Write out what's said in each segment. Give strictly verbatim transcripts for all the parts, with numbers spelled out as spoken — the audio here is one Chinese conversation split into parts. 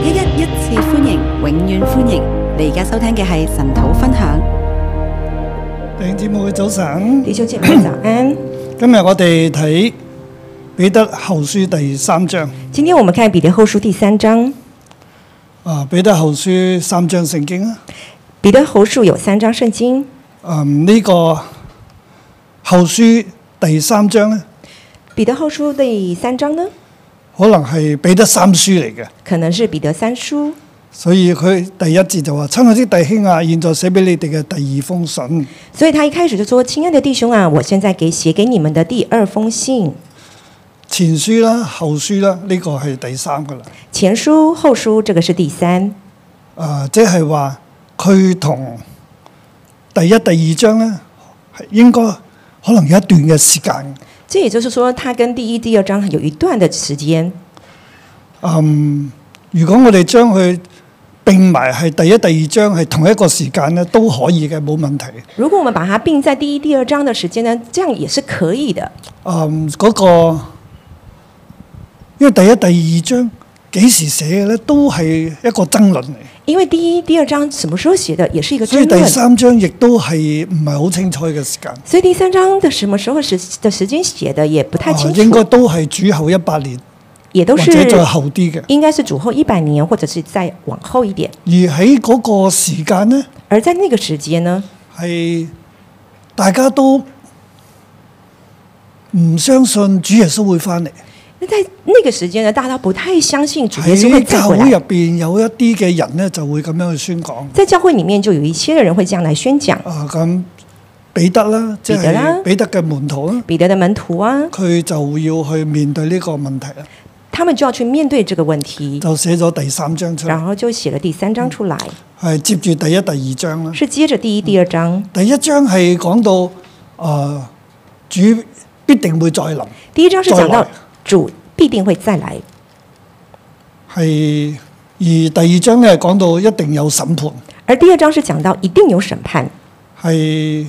一一一次歡迎，永遠歡迎！你而家收聽嘅係神土分享。 弟兄姊妹早晨， 弟兄姐妹早安。 今日我哋睇彼得後書第三章。 今天我們看彼得後書第三章。 啊，彼得後書三章聖經啊。 彼得後書有三章聖經。 嗯，呢、這個後書第三章咧。 彼得後書第三章呢？ 可能係彼得三書嚟嘅。 可能是彼得三書。 所以佢第一節就話：親愛的弟兄啊，現在寫俾你哋嘅第二封信。 所以他一開始就說：親愛的弟兄啊，我現在給寫給你們的第二封信。 前書啦，後書啦，呢、這個係第三噶啦。 前書後書，這個是第三。 啊，即係話佢同第一、第二章咧，係應該可能有一段嘅時間。 這也就是說，他跟第一、第二章有一段的時間。 嗯，如果我哋將佢並埋係第一、第二章係同一個時間咧，都可以嘅，冇問題。 如果我們把它並在第一、第二章的時間呢，這樣也是可以的。 嗯，嗰、那個因為第一、第二章幾時寫嘅咧，都係一個爭論嚟。 因為第一、第二章什麼時候寫的，也是一個爭論。 所以第三章亦都係唔係好清楚嘅時間。 所以第三章的什麼時候時的時間寫的也不太清楚。 啊、應該都係主後一百年， 也都是或者再後啲嘅。 應該是主後一百年，或者是再往後一點。 而喺嗰個時間呢， 而在那個時間呢， 係大家都唔相信主耶穌會翻嚟。 那在那個時間呢，大家都不太相信主耶穌會再回來。 喺教會入邊有一啲嘅人呢，就會咁樣去宣講。 在教會裡面就有一些嘅人會這樣來宣講。 啊，咁彼得啦，即係彼得嘅門徒啦， 彼得嘅門徒啊， 佢就要去面對呢個問題啦。 他們就要去面對這個問題， 就寫咗第三章出嚟， 然後就寫了第三章出來， 係接住第一、第二章啦。 是接着第一、第二章。 第一章係講到啊、呃，主必定會再臨。 第一章是講到主必定會再來， 係而第二章咧係講到一定有審判。 而第二章是講到一定有審判。 係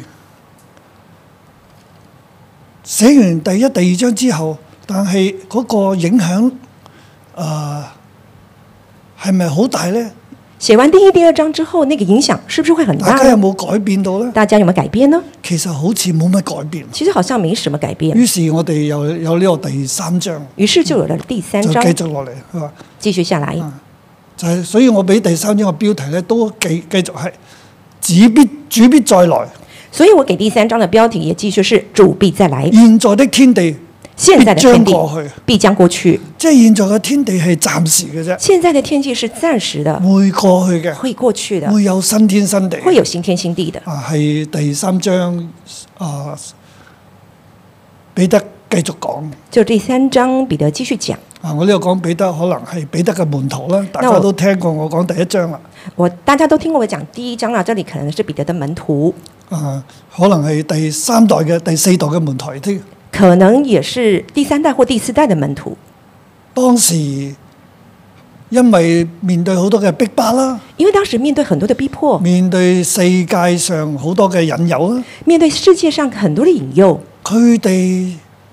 寫完第一、第二章之後，但係嗰個影響啊係咪好大咧？ 寫完第一、第二章之後，那個影響是不是會很大？ 大家有冇改變到咧？ 大家有冇改變呢？ 其實好似冇乜改變。 其實好像沒什麼改變。 於是我哋又有呢個第三章。 於是就有了第三章。 就繼續落嚟，係嘛？ 繼續下來。 啊、就係、是，所以我俾第三章嘅標題咧，都繼繼續係主必主必再來。 所以我給第三章嘅標題也繼續是主必再來。 現在的天地。 現在的天地過去必將過去， 即係現在嘅天地係暫時嘅啫。 現在的天氣是暫時的， 會過去嘅， 會過去的， 會有新天新地， 會有新天新地的。 啊，係第三章啊，彼得繼續講。 就第三章彼得繼續講。 啊，我呢度講彼得可能係彼得嘅門徒啦，大家都聽過我講第一章啦。 我大家都聽過我講第一章啦，這裡可能是彼得的門徒。 啊，可能係第三代嘅第四代嘅門徒添。 可能也是第三代或第四代的門徒。 當時因為面對好多嘅逼迫啦， 因為當時面對很多的逼迫， 面對世界上好多嘅引誘啦， 面對世界上很多的引誘， 佢哋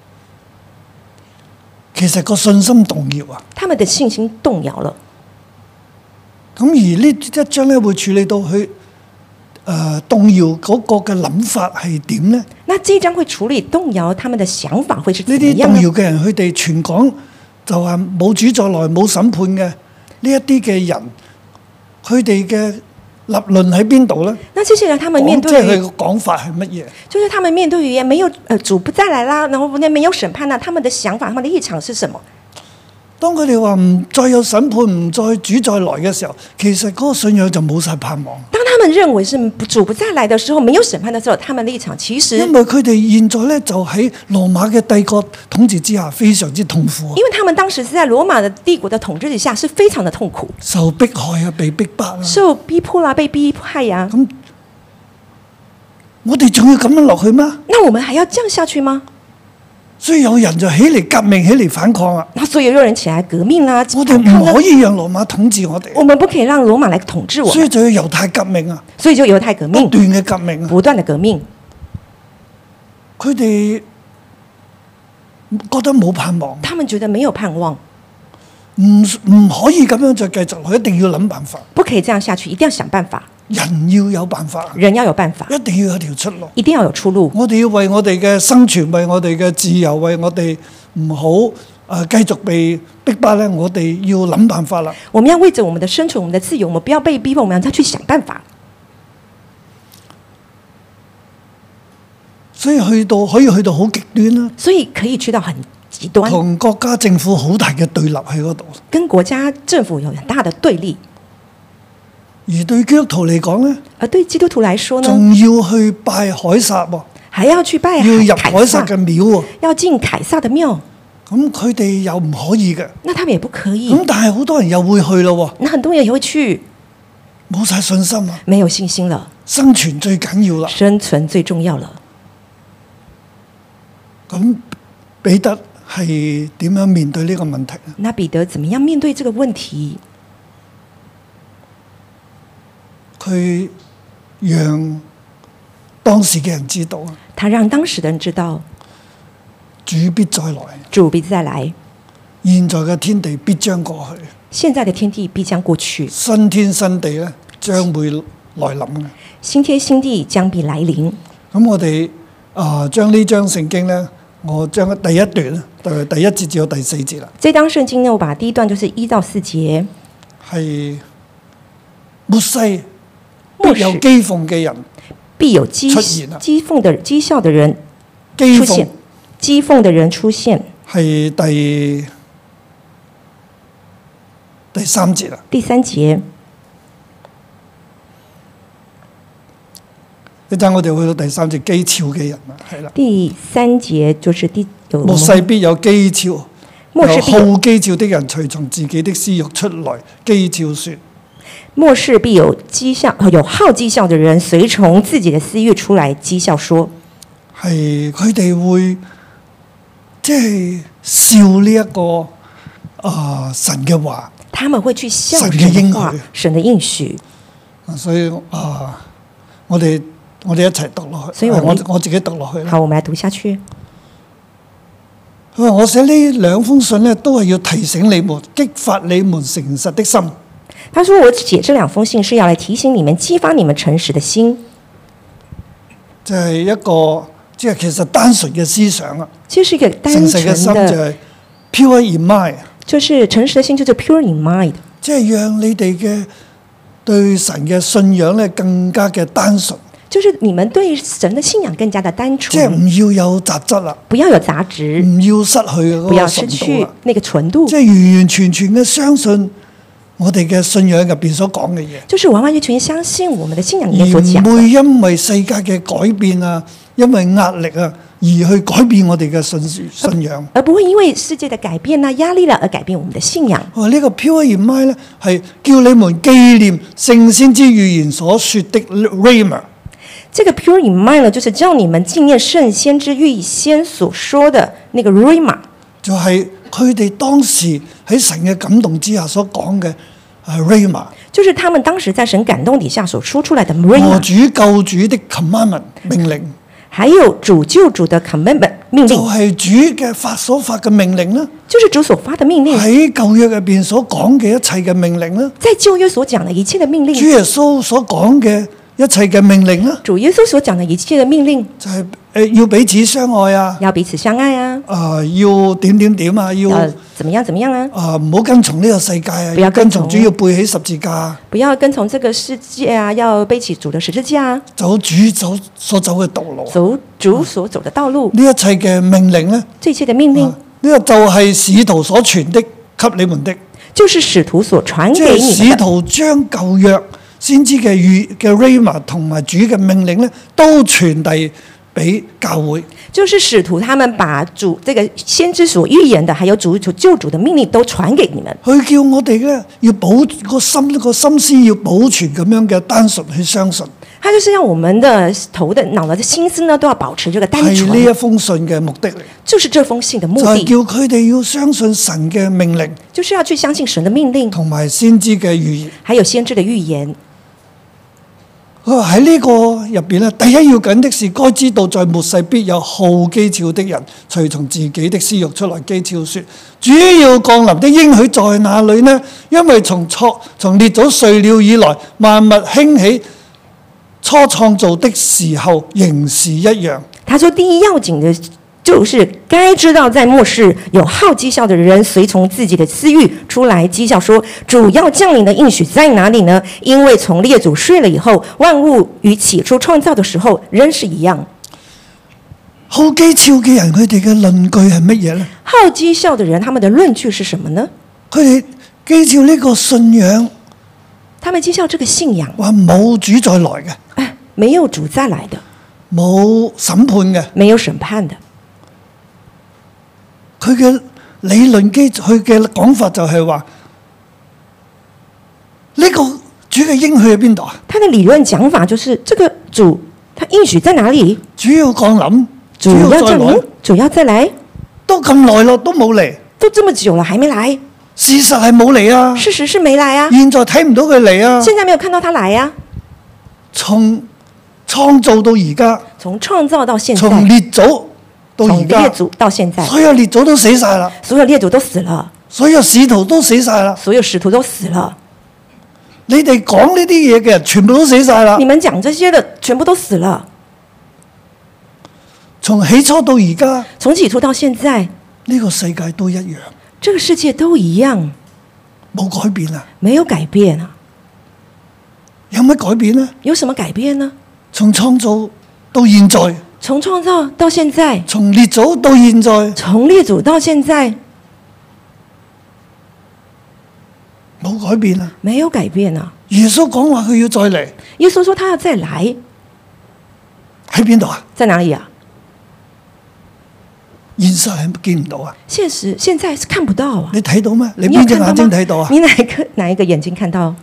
其實個信心動搖啊。 他們的信心動搖了。 咁而呢一章咧會處理到佢。誒、呃、動搖嗰個嘅諗法係點呢？ 那這一章會處理動搖他們的想法會是點樣呢？ 呢啲動搖嘅人，佢哋全講就話冇主再來冇審判嘅呢一啲嘅人，佢哋嘅立論喺邊度呢？ 那這些人，他們面對即係佢個講法係乜嘢？ 就是他們面對於沒有誒主不再來啦，然後呢沒有審判啦，他們的想法、他們的立場是什麼？ 當佢哋話唔再有審判、唔再主再來嘅時候，其實嗰個信仰就冇晒盼望。 當他們認為是主不再來的時候，沒有審判的時候，他們的立場其實因為佢哋現在咧就喺羅馬嘅帝國統治之下，非常之痛苦。 因為他們當時是在羅馬的帝國的統治之下，是非常的痛苦， 受迫害啊，被逼迫啊， 受逼迫啦，被逼害呀。 咁我哋仲要咁樣落去嗎？ 那我們還要這樣下去嗎？ 所以有人就起嚟革命，起嚟反抗啊！ 那所以有人起來革命啦， 我哋唔可以讓羅馬統治我哋。 我們不可以讓羅馬來統治我們。 所以就要猶太革命啊！ 所以就猶太革命， 不斷嘅革命啊！ 不斷的革命。 佢哋覺得冇盼望， 他們覺得沒有盼望。 唔唔可以咁樣再繼續落去，一定要諗辦法。 不可以這樣下去，一定要想辦法。 人要有辦法， 人要有辦法， 一定要有條出路， 一定要有出路。 我哋要為我哋嘅生存，為我哋嘅自由，為我哋唔好誒繼續被逼迫咧，我哋要諗辦法啦。 我們要為着我們的生存，我們的自由，我們不要被逼迫，我們要再去想辦法。 所以去到可以去到好極端啦， 所以可以去到很極端， 同國家政府好大嘅對立喺嗰度， 跟國家政府有很大的對立。 而對基督徒嚟講咧， 而對基督徒來說呢， 仲要去拜凱撒喎， 還要去拜要入凱凱撒嘅廟喎， 要進凱撒的廟。 咁佢哋又唔可以嘅， 那他們也不可以。 咁但係好多人又會去咯喎， 那很多人也會去， 冇晒信心啊， 沒有信心了， 生存最緊要啦。 生存最重要了。 咁彼得係點樣面對呢個問題呢？ 那彼得怎麼樣面對這個問題？ 佢讓當時嘅人知道啊， 他讓當時的人知道， 主必再來， 主必再來， 現在嘅天地必將過去， 現在的天地必將過去， 新天新地咧將會來臨嘅。 新天新地將必來臨。 咁我哋啊將呢章聖經咧，我將第一段咧，就第一節至到第四節啦。 這章聖經呢，我把第一段就是一到四節， 係末世必有譏諷嘅人必有譏出現啦， 譏諷的譏笑的人譏出現，譏諷的人出現， 係第第三節啦。 第三節， 一陣我哋去到第三節譏誚嘅人啦，係啦。 第三節就是第有末世必有譏誚，有末世必有好譏誚的人隨從自己的私欲出來譏誚說。 末世必有譏笑，有好譏笑的人隨從自己的私欲出來譏笑說， 係佢哋會即係笑呢、這、一個啊、呃、神嘅話， 他們會去笑神嘅應話許， 神的應許。 所以啊、呃，我哋我哋一齊讀落去， 所以我我我自己讀落去啦。 好，我們來讀下去。 佢話：我寫呢兩封信呢，都係要提醒你們，激發你們誠實的心。 他說：我寫這兩封信是要來提醒你們，激發你們誠實的心。 就係一個即係其實單純嘅思想啊， 其實是一個單誠實純嘅心就的， 係 pure in mind， 就是誠實的心，就是 pure in mind， 即係讓你哋嘅對神嘅信仰咧更加嘅單純。 就是你們對神的信仰更加的單即係純， 唔要有雜質啦， 不要有雜質， 唔要失去嗰不要個純度失去啦， 那個純度即，係完完全全嘅相信我哋嘅信仰入邊所講嘅嘢， 就是完完全全相信我們的信仰裡而面所講唔會的， 因為世界嘅改變啊，因為壓力啊，而去改變我哋嘅信信仰。 而不會因為世界的改變啊、壓力了而改變我們的信仰。 哦，呢個 pure in mind 咧，係叫你們紀念聖先知預言所說的 rhema。 這個 pure in mind 呢，就是叫你們紀念聖先知預先所說的那個 rhema， 就係佢哋當時喺神嘅感動之下所講嘅啊 rhema， 就是他們當時在神感動底下所說出來的和 rhema， 主救主的 commandment 命令， 還有主救主的 commandment 命就令， 係主嘅發所發嘅命令啦。 就是主所發的命令， 喺舊約入邊所講嘅一切嘅命令啦， 在舊約所講的一切的命令， 主耶穌所講嘅一切嘅命令啦， 主耶穌所講的一切的命令， 就係誒要彼此相愛啊， 要彼此相愛啊， 啊要點點點啊，要要怎麼樣怎麼樣啊， 啊唔好跟從呢個世界啊， 不要跟從跟從主要背起十字架啊， 不要跟從這個世界啊，要背起主的十字架啊， 走主走所走嘅道路。 走主所走的道路， 呢一切嘅命令咧， 這一切的命令呢個就係使徒所傳的給你們的， 就是使徒所傳即係給你們的， 使徒將舊約先知嘅預嘅 rhema 同埋主嘅命令咧，都傳遞俾教會。 就是使徒他們把主這個先知所預言的，還有主所救主的命令都傳給你們。 佢叫我哋咧要保個心個心思要保存咁樣嘅單純去相信， 他就是要我們的頭的腦的心思呢，都要保持這個單係呢一純， 封信嘅目的嚟， 就是這封信的目就係、 的， 叫佢哋要相信神嘅命令就是要去相信神的命令， 同埋先知嘅預言。 還有先知的預言。 佢話喺呢個入邊咧，第一要緊的是該知道，在末世必有好譏誚的人，隨從自己的私欲出來譏誚說：主要降臨的應許在哪裏呢？因為從創從列祖睡了以來，萬物興起初創造的時候，仍是一樣。 他說：第一要緊的就是該知道，在末世有好譏笑的人隨從自己的私欲出來譏笑說：主要降臨的應許在哪裏呢？因為從列祖睡了以後，萬物與起初創造的時候仍是一樣。 好譏誚嘅人，佢哋嘅論據係乜嘢呢？ 好譏笑的人，他們的論據是什麼呢？ 佢哋譏誚呢個信仰， 他們譏笑這個信仰， 話冇主再來嘅， 哎，沒有主再來的， 冇審判嘅， 沒有審判的。 佢嘅理論基，佢嘅講法就係話呢個主嘅應許喺邊度啊？ 他的理論講法就是，這個主他應許在哪裡？ 主要降臨， 主要再來降臨，主要再來， 都咁耐咯，都冇嚟。 都這麼久了，還沒來。 事實係冇嚟啊， 事實是沒來啊， 現在睇唔到佢嚟啊。 現在沒有看到他來啊。 從創造到而家， 從創造到現在， 從列祖到而從列家， 祖到現在， 所有列祖都死晒啦， 所有列祖都死了， 所有使徒都死晒啦。 所有使徒都死了。 你哋講呢啲嘢嘅人，全部都死晒啦。 你們講這些的，全部都死了。 從起初到而家， 從起初到現在， 呢個世界都一樣， 這個世界都一樣， 冇改變啊。 沒有改變啊。 有乜改變呢？ 有什麼改變呢？ 從創造到現在， 從創造到現在， 從列祖到現在， 從列祖到現在， 冇改變啊。 沒有改變啊。 耶穌講話佢要再嚟， 耶穌說他要再來， 喺邊度啊？ 在哪裡啊？ 現實係見唔到啊！ 現實現在是看不到啊。 你睇到咩？你你有邊隻眼看到嗎？ 睛睇到啊？ 你哪一個哪一個眼睛看到？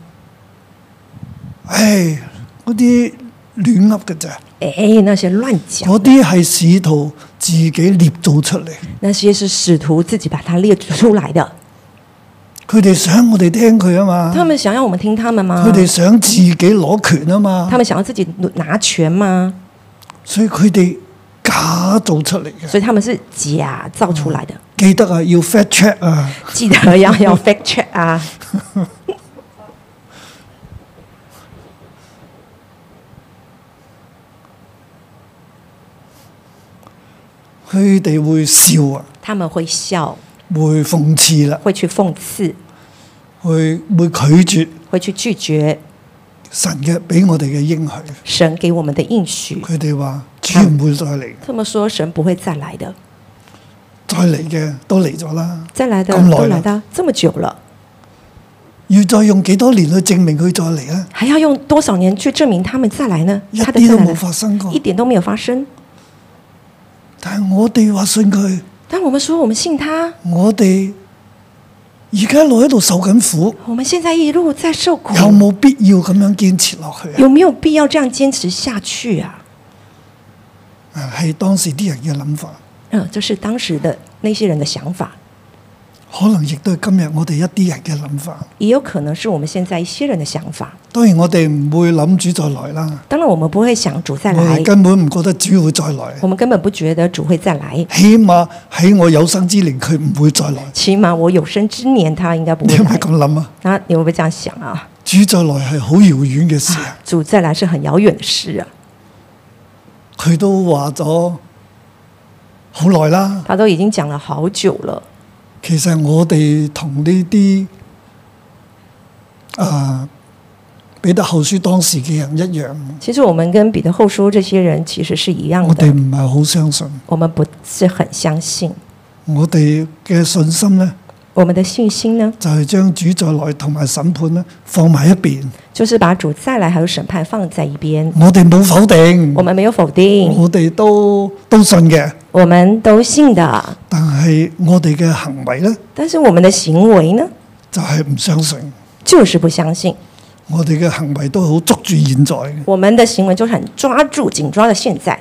唉，嗰啲亂噏嘅咋？ 誒，那些亂講， 嗰啲係使徒自己捏造出嚟。 那些是使徒自己把它列出來的。 佢哋想我哋聽佢啊嘛。 他們想要我們聽他們嗎？ 佢哋想自己攞權啊嘛。 他們想要自己拿權嗎？ 所以佢哋假造出嚟嘅。 所以他們是假造出來的。 嗯、記得啊，要 fact check 啊。 記得要要 fact check 啊。 佢哋會笑啊， 他們會笑， 會諷刺啦， 會去諷刺， 會會拒絕， 會去拒絕神嘅俾我哋嘅應許。 神給我們的應許， 佢哋話主唔會再嚟。 他們說神不會再來的， 再嚟嘅都嚟咗啦， 再來的都來到這麼久了， 要再用幾多年去證明佢再嚟咧？ 還要用多少年去證明他們再來呢？ 一啲都冇發生過， 一點都沒有發生。 但係我哋話信佢， 但我們說我們信他， 我哋而家一路喺度受緊苦， 我們現在一路在受苦， 有冇必要咁樣堅持落去啊？ 有沒有必要這樣堅持下去啊？ 係當時啲人嘅諗法。 嗯，這是當時的那些人的想法， 可能亦都係今日我哋一啲人嘅諗法， 也有可能是我們現在一些人的想法。 當然我哋唔會諗主再來啦。 當然我們不會想主再來， 我哋根本唔覺得主會再來。 我們根本不覺得主會再來。 起碼喺我有生之年，佢唔會再來。 起碼我有生之年，他應該不會來。 你係咪咁諗啊？ 那你會不會這樣想啊？ 主再來係好遙遠嘅事啊！ 主再來是很遙遠的事啊！ 佢都話咗好耐啦。 他都已經講了好久了。 其實我哋同呢啲啊彼得後書當時嘅人一樣。 其實我們跟彼得後書這些人其實是一樣的。 我哋唔係好相信。 我們不是很相信。 我哋嘅信心呢？ 我們的信心呢？ 就係將主再來同埋審判呢放埋一邊。 就是把主再來還有審判放在一邊。 我哋冇否定。 我們沒有否定。 我哋都都信嘅。 我們都信的。 但係我哋嘅行為呢？ 但是我們的行為呢？ 就係唔相信。 就是不相信。 我哋嘅行為都好捉住現在。 我們的行為就是很抓住、緊抓的現在。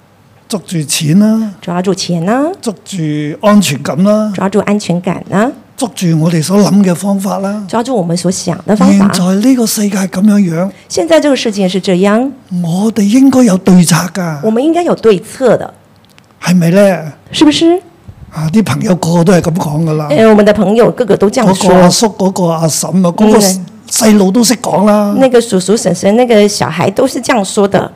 捉住錢啦， 抓住錢啦， 捉住安全感啦， 抓住安全感啦， 捉住我哋所諗嘅方法啦。 抓住我們所想的方現法。 在呢個世界咁樣樣， 現在這個世界是這樣， 我哋應該有對策㗎， 我們應該有對策的， 係咪咧？ 是不是？ 啊！啲朋友個個都係咁講㗎啦。 誒，我們的朋友個個都這樣嗰個阿說。 叔、嗰個阿嬸啊，嗰個細路都識講啦。 那個叔叔嬸嬸，那個小孩都是這樣說的。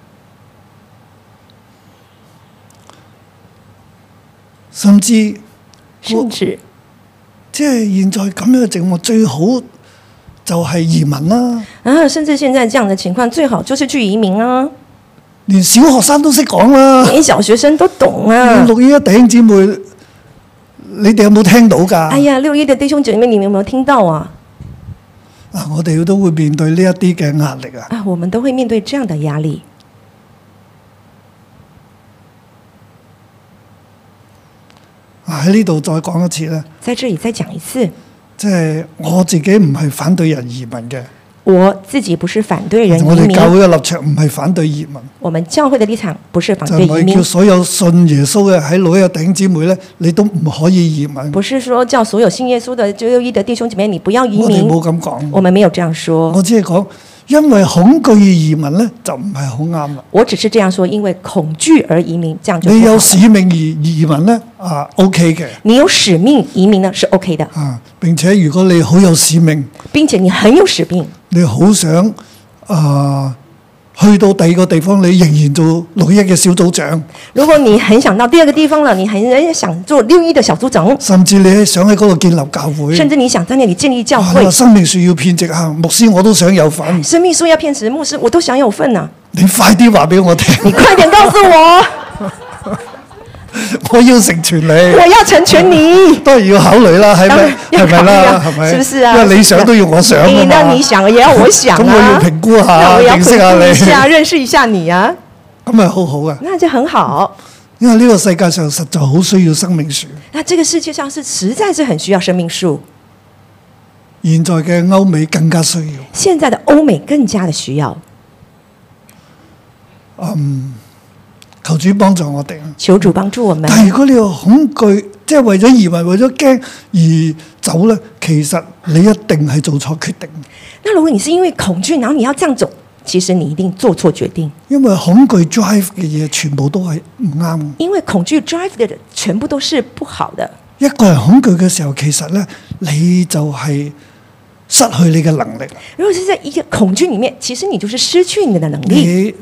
甚至甚至即係現在咁樣嘅情況，最好就係移民啦。 啊，甚至現在這樣的情況，最好就是去移民啊！ 連小學生都識講啦， 連小學生都懂啊！ 六一弟兄姊妹，你哋有冇聽到㗎？ 哎呀，六一的弟兄姐妹，你們有沒有聽到啊？ 啊，我哋都會面對呢一啲嘅壓力啊！ 啊，我們都會面對這樣的壓力。 啊，喺呢度再講一次咧， 在這裡再講一次， 即係我自己唔係反對人移民嘅。 我自己不是反對人移我哋民， 教會嘅立場唔係反對移民， 我們教會的立場不是反就唔係叫對移民， 所有信耶穌嘅喺六一嘅弟兄姊妹咧，你都唔可以移民。 不是說叫所有信耶穌的六一的弟兄姐妹你不要移我哋民， 冇咁講， 我們沒有這樣說。 我只係講，因為恐懼而移民咧，就唔係好啱啦。 我只是這樣說，因為恐懼而移民，這樣就你有不好了。 使命而移民咧，啊 OK 嘅， 你有使命移民呢是 OK 的， 啊並且如果你好有使命， 並且你很有使命， 你好想啊去到第二個地方，你仍然做六一嘅小組長， 如果你很想到第二個地方了，你很想做六一的小組長， 甚至你係想喺嗰度建立教會， 甚至你想在那裡建立教啊你會話，生命樹要編織啊，牧師我都想有份， 生命樹要騙食牧師，我都想有份啊！ 你快啲話俾我聽， 你快點告訴我， 我要成全你。 我要成全你。 當然要考慮啦，係咪？ 當然要係咪啦？ 考慮啊係咪？ 是不是啊因為你想都要我想誒㗎嘛。 那你想也要我想咁我要啊， 評估下， 那我要認識下評估一下， 你， 認識一下你啊， 咁咪好好啊！ 那就很好。 因為呢個世界上實在好需要生命樹。 那這個世界上是實在是很需要生命樹， 現在嘅歐美更加需要。 現在的歐美更加的需要。 求主幫助我哋。 求主幫助我們。 但係如果你有恐懼，即係為咗移民、為咗驚而走咧，其實你一定係做錯決定。 那如果你是因為恐懼，然後你要這樣走，其實你一定做錯決定。 因為恐懼 drive 嘅嘢全部都係唔啱。 因為恐懼 drive 的人全部都是不好的。 一個人恐懼嘅時候，其實咧你就係失去你嘅能力。 如果是在一個恐懼裡面，其實你就是失去你的能力。 你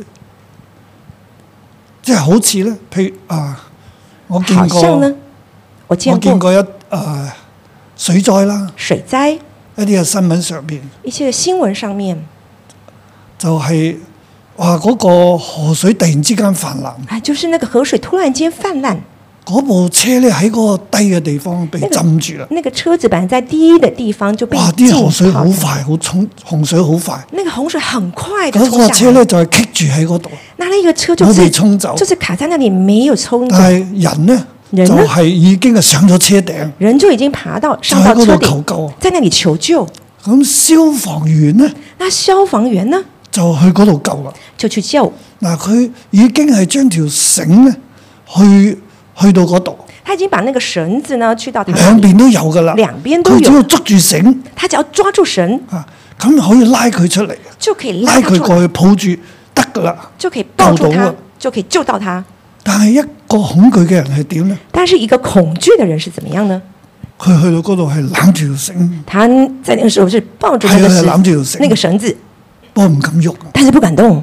即係好似咧，譬如啊，我見好過， 像呢，我見過我見過一誒、呃、水災啦， 水災， 一啲嘅新聞上邊一些新聞上面， 就係話嗰個河水突然之間泛濫， 啊，就是那個河水突然間泛濫， 嗰部車咧喺嗰個低嘅地方被浸住啦。 那個車子本來在低的地方就被哇！啲河水浸泡好快，好沖，洪水好快。 那個洪水很快的嗰個衝下來， 車咧就係棘住喺嗰度， 那那個車就冇是被沖走。 就是卡在那裡沒有衝走， 但係人咧人呢就係已經係上咗車頂， 人就已經爬到就喺嗰上到車度求救。 頂，在那裡求救。 咁消防員咧那消防員呢就去嗰度救啦。 就去救， 嗱，佢已經係將條繩咧去去到嗰度， 他已經把那個繩子呢去到他那裡， 兩邊都有噶啦。 兩邊都佢只要有， 捉住繩他只要抓住繩啊，咁可以拉佢出嚟， 就可以拉拉他出來， 佢過去抱住得噶啦。 就可以抱住他救到了， 就可以救到他。 但係一個恐懼嘅人係點咧？ 但是一個恐懼的人是怎麼樣呢？ 佢去到嗰度係攬住條繩， 他在那個時候是抱住那個係啊係攬繩， 住條繩， 那個繩子， 不過唔敢喐啊， 但是不敢動，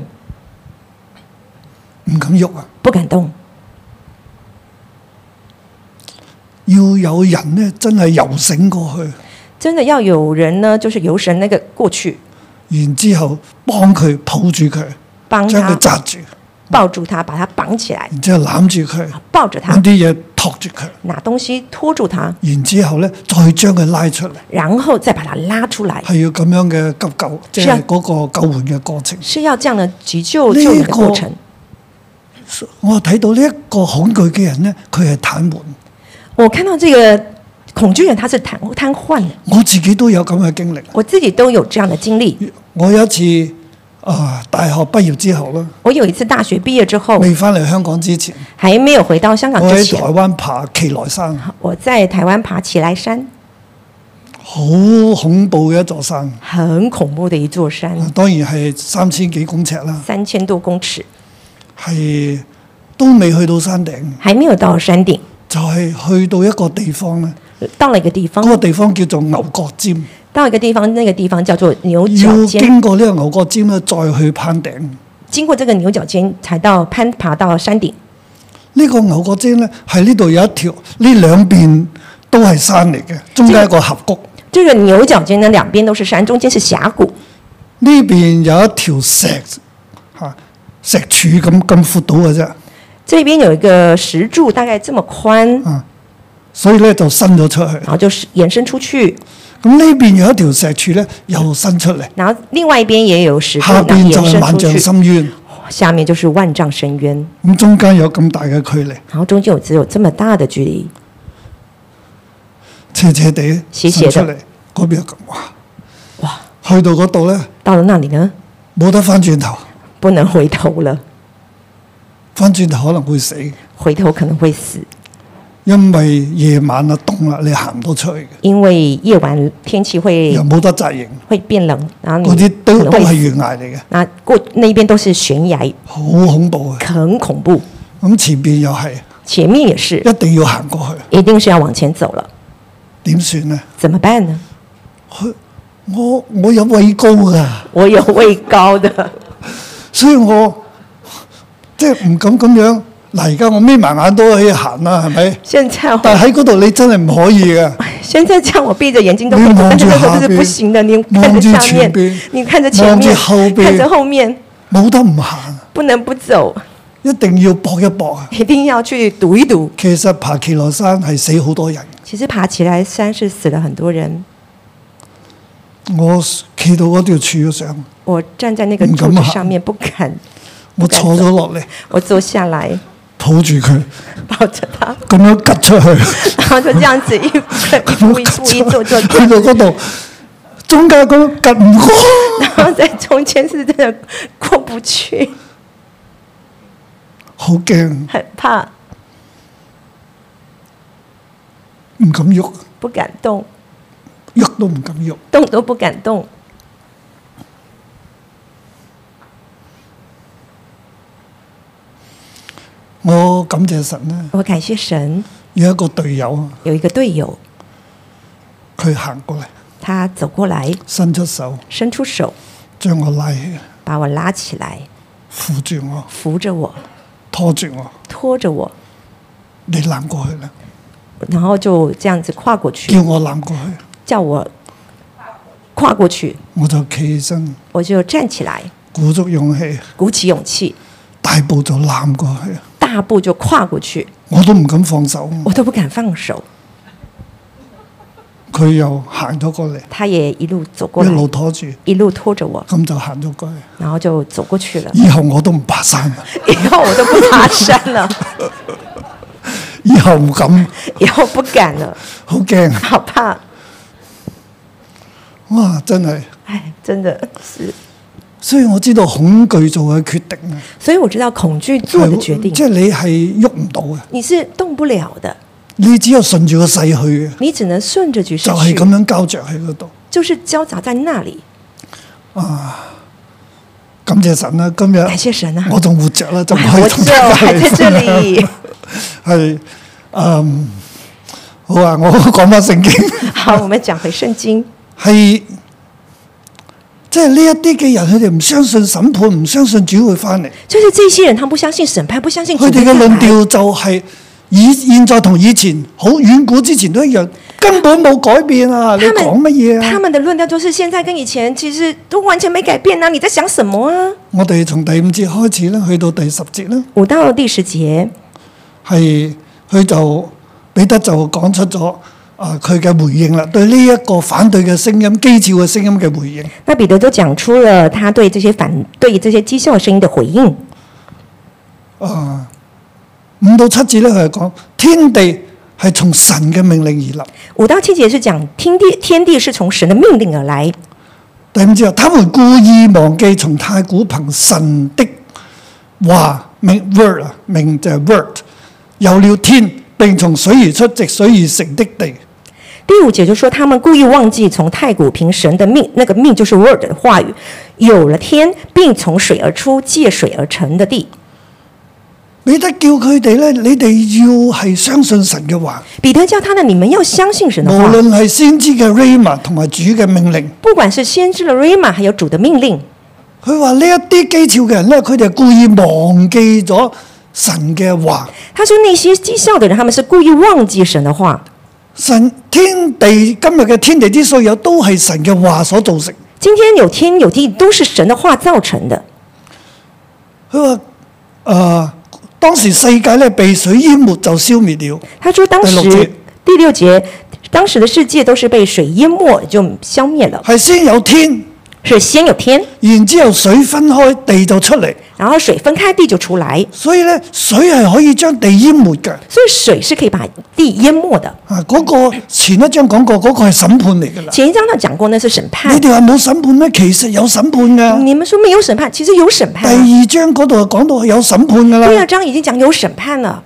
唔敢喐啊。 不敢動。 要有人咧，真係游繩過去， 真的要有人呢，就是游繩那個過去， 然之後幫佢抱住佢， 幫將佢他紮住， 抱住他，把他綁起來， 然之後攬住佢， 抱着他揾，啲嘢托住佢， 拿東西拖住他， 然之後咧再將佢拉出嚟， 然後再把他拉出來， 係要咁樣嘅急救，即是啊係嗰個救援嘅過程。 是要這樣的急救呢個救援的過程。 我睇到呢一個恐懼嘅人咧，佢係癱瘓。 我看到這個恐懼人，他是癱癱瘓的。 我自己都有咁嘅經歷。 我自己都有這樣的經歷。 我有一次啊，大學畢業之後啦， 我有一次大學畢業之後， 未翻嚟香港之前， 還沒有回到香港之前我喺台，灣爬奇萊山。 我在台灣爬奇萊山。 好恐怖嘅一座山。 很恐怖的一座山， 啊當然係三千幾公尺啦， 三千多公尺， 係都未去到山頂， 还没有到山顶， 就係、去到一個地方咧。 到了一个地方嗰、，個地方叫做牛角尖， 到一个地方，那个地方叫做牛要角尖。 經過呢個牛角尖咧，再去攀頂。 经过这个牛角尖，才到攀爬到山顶。 呢、個牛角尖咧，係呢度有一條，呢兩邊都係山嚟嘅，中間一個峽谷。 这个牛角尖呢，两边都是山，中间是峡谷。 呢邊有一條石嚇石柱咁咁闊到嘅啫， 这边有一个石柱，大概这么宽， 啊，所以咧就伸咗出去。 然后就是延伸出去。 咁呢邊有一條石柱咧，又伸出嚟， 然後另外一邊也有石柱， 下然後邊就係延伸出萬丈去， 深淵。 下面就是萬丈深淵。 咁中間有咁大嘅距離， 然後中間有只有這麼大的距離， 斜斜地斜斜的伸出嚟，嗰邊又咁哇哇！ 去到嗰度咧， 到了那裡呢， 冇得翻轉頭， 不能回頭了， 翻轉頭可能會死， 回頭可能會死， 因為夜晚啊凍啦，你行唔到出去嘅， 因為夜晚天氣會又冇得紮營， 會變冷，然後嗰啲你可都都係能會死。 懸崖嚟嘅， 那過那一邊都是懸崖， 好恐怖啊！ 很恐怖。 咁前邊又係前面也是， 一定要行過去， 一定是要往前走了， 點算呢？ 怎麼辦呢？ 我我有畏高㗎， 我有畏高的， 所以我即係唔敢咁樣。嗱，而家我眯埋眼都可以行啦，係咪？ 現在我但係喺嗰度你真係唔可以嘅。 現在這樣我閉着眼睛都可以， 你望住但是那個下邊是不行的。你看望住着下面前邊， 你看着前望住面， 後邊看着後面， 冇得唔行， 不能不走， 一定要搏一搏啊！ 一定要去賭一賭。 其實爬奇羅山係死好多人， 其實爬起來山是死了很多人。 我企到嗰條柱上， 我站在那個唔敢行柱子上面不敢， 我坐咗落嚟， 我坐下來抱住佢， 抱着他， 咁樣趌出去， 然後就這樣子一步一步一步一做做， 去到嗰度，中間嗰趌唔過， 然後在中間是真的過不去， 好驚， 很怕， 唔敢喐， 不敢動， 喐都唔敢喐。 動都不敢動。 我感謝神咧， 我感謝神， 有一個隊友， 有一個隊友， 佢行過嚟， 他走過來， 伸出手， 伸出手， 將我拉起， 把我拉起來， 扶住我， 扶着我， 拖住我， 拖着我， 你攬過去啦， 然後就這樣子跨過去， 叫我攬過去， 叫我跨過去， 我就企起身， 我就站起來， 鼓足勇氣， 鼓起勇氣， 大步就攬過去， 大步就跨過去， 我都唔敢放手， 我都不敢放手。 佢又行咗過嚟， 他也一路走過一來， 路拖住， 一路拖着我， 咁就行咗過去。 然後就走過去了。 以後我都唔爬山啦， 以後我都不爬山了， 以後唔敢， 以後不敢了， 好驚， 好怕。 哇！真係， 哎，真的是， 所以我知道恐懼做嘅決定啊， 所以我知道恐懼做的決定， 即係你係喐唔到嘅， 你是動不了的， 你只有順住個勢去嘅， 你只能順着局勢就係去， 咁樣膠着喺嗰度。 就是交雜在那裡。 感謝神啦，今日感謝神啊！ 我仲活着啦，就我還活着， 可以同大家我還在這裡。 係嗯好啊！我講翻聖經， 好，我們講回聖經。 係即係呢一啲嘅人，佢哋唔相信審判，唔相信主會翻嚟。 就是這些人，他不相信審判，不相信主佢哋嘅會再來。 論調就係以現在同以前好遠古之前都一樣，根本冇改變啊！你他們講乜嘢啊？ 他們的論調就是現在跟以前其實都完全沒改變啊！你在想什麼啊？ 我哋從第五節開始啦，去到第十節啦， 五到第十節， 係佢就彼得就講出咗啊佢嘅回應啦，對呢一個反對嘅聲音、譏誚嘅聲音嘅回應。 那彼得就講出了他對這些反對這些譏笑聲音的回應。 啊，五到七節咧，佢係講天地係從神嘅命令而立。 五到七節是講天地天地是從神的命令而來。 第五節，他們故意忘記從太古憑神的話命 word 啊，命就係 word 有了天，並從水而出，藉水而成的地。 第五节就說他們故意忘記從太古憑神的命，那個命就是 word 的話語，有了天，並從水而出，借水而成的地。 彼得叫佢哋咧，你哋要係相信神嘅話。 彼得叫他們，你們要相信神的話。 無論係先知嘅 Rhema 同埋主嘅命令， 不管是先知的 Rhema 還有主的命令。 佢話呢一啲譏誚嘅人咧，佢哋係故意忘記咗神嘅話。 他說那些譏笑的人，他們是故意忘記神的話。 神天地今日嘅天地之所以有，都係神嘅話所造成。 今天有天有地，都是神的話造成的。 佢話：誒、呃，當時世界咧被水淹沒就消滅了。 他說當時第六節，當時的世界都是被水淹沒就消滅了。 係先有天。 是先有天， 然之後水分開，地就出嚟。 然後水分開，地就出來。 所以咧，水係可以將地淹沒嘅。 所以水是可以把地淹沒的。 啊，嗰、那個前一章講過，嗰、那個係審判嚟㗎啦。 前一章他講過，那是審判。 你哋話冇審判咩？其實有審判㗎。 你們說沒有審判，其實有審判、啊。 第二章嗰度講到有審判㗎啦。 第二章已經講有審判了。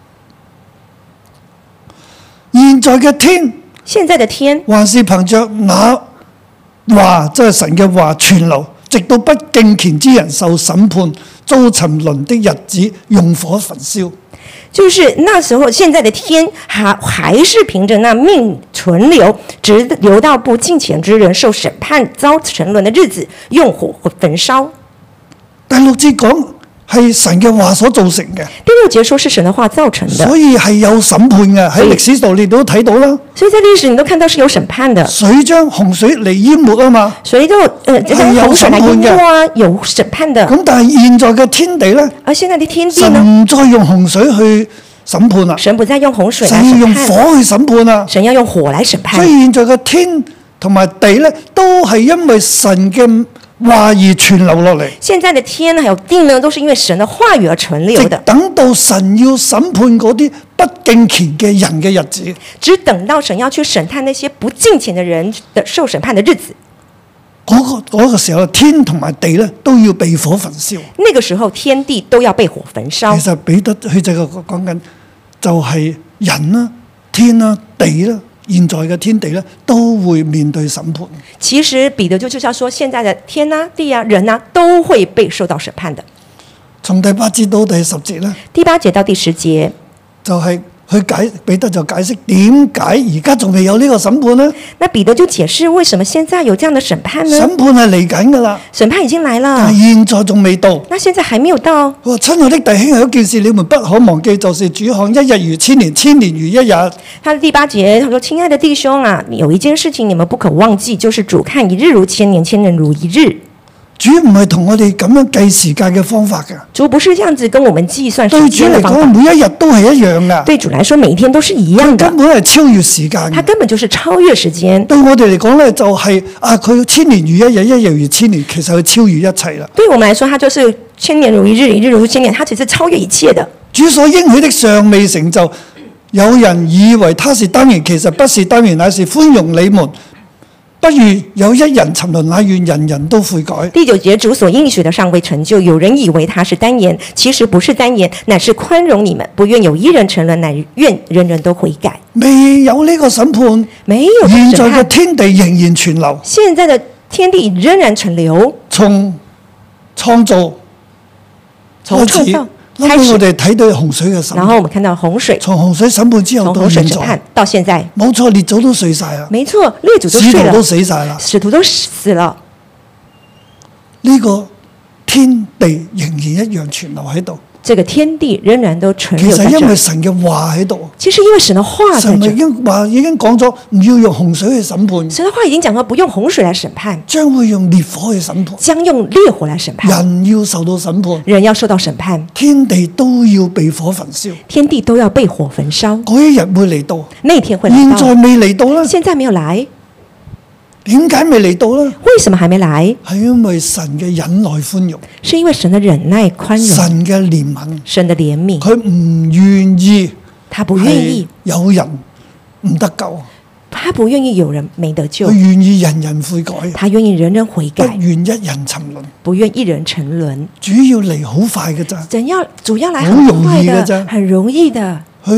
現在嘅天， 現在的天， 還是憑着那話，即係神嘅話傳流，直到不敬虔之人受審判、遭沉淪的日子，用火焚燒。 就是那時候，現在的天還還是憑着那命存留，直留到不敬虔之人受審判、遭沉淪的日子，用火焚燒。 第六節講係神嘅話所造成嘅。 第六節說是神的話造成的， 所以係有審判嘅，喺歷史度你都睇到啦。 所以在歷史你都看到是有審判的。 水將洪水嚟淹沒啊嘛， 水就呃將洪水嚟淹沒啊，有審判的。 咁但係現在嘅天地咧， 而現在的天地呢？ 神唔再用洪水去審判啦， 神不再用洪水來審判， 神要用火去審判啦。 神要用火來審判。 所以現在嘅天同埋地咧，都係因為神嘅話而傳流落嚟。 現在的天還有地呢，都是因為神的話語而存留的。 等到神要審判嗰啲不敬虔嘅人嘅日子， 只等到神要去審判那些不敬虔的人的受審判的日子， 嗰、那個嗰、那個時候，天同埋地咧都要被火焚燒。 那個時候，天地都要被火焚燒。 其實彼得佢就講緊就係人啦、天啦、地啦。現在嘅天地咧，都會面對審判。 其實彼得就就是要說，現在的天啊、地啊、人啊，都會被受到審判的。 從第八節到第十節咧， 第八節到第十節， 就係佢解彼得就解釋點解而家仲未有呢個審判呢？ 那彼得就解釋為什麼現在有這樣的審判呢？ 審判係嚟緊噶啦， 審判已經來了， 但係現在仲未到。 那現在還沒有到。 佢話：親愛的弟兄，有一件事你們不可忘記，就是主看一日如千年，千年如一日。 他的第八節，他說：親愛的弟兄啊，有一件事情你們不可忘記，就是主看一日如千年，千年如一日。 主唔係同我哋咁樣計時間嘅方法嘅。 主不是這樣子跟我們計算時間的方法。 對主嚟講，每一日都係一樣噶。 對主來說，每一天都是一樣的。 根本係超越時間。 它根本就是超越時間。 對我哋嚟講咧，就係、是、啊，佢千年如一日，一日如千年，其實佢超越一切啦。 對我們來說，它就是千年如一日，一日如千年，它其實超越一切的。 主所應許的尚未成就，有人以為他是單言，其實不是單言，乃是寬容你們。不如有一人沉淪，乃願人人都悔改。 第九節，主所應許的尚未成就，有人以為他是單言，其實不是單言，乃是寬容你們。不願有一人沉淪，乃願人人都悔改。 未有呢個審判， 沒有審判。 現在嘅天地仍然存留， 現在的天地仍然存留。 從創造， 從創造。 開始我哋睇到洪水嘅審判， 然後我們看到洪水， 從洪水審判之後到現在， 到現在， 冇錯，列祖都睡晒啦， 沒錯，列祖都睡了， 使徒都死晒啦， 使徒都死了。 呢、這個天地仍然一樣存留喺度。 這個天地仍然都存留在這。 其實因為神嘅話喺度。 其實因為神的話在這。 神已經話已經講咗，唔要用洪水去審判。 神的話已經講咗，不用洪水來審判， 將會用烈火去審判。 將用烈火來審判。 人要受到審判。 人要受到審判。 天地都要被火焚燒。 天地都要被火焚燒。 嗰一日會嚟到。 那天會嚟到。 現在未嚟到啦。 現在沒有來。 點解未嚟到呢？ 為什麼還沒來？ 係因為神嘅忍耐寬容， 是因為神的忍耐寬容， 神嘅憐憫， 神的憐憫， 佢唔願意， 他不願意有人唔得救， 他不願意有人沒得救， 佢願意人人悔改， 他願意人人悔改， 不願一人沉淪， 不願一人沉淪。 主要嚟好快嘅咋， 神要主要來很快的， 好容易嘅咋， 很容易的。 佢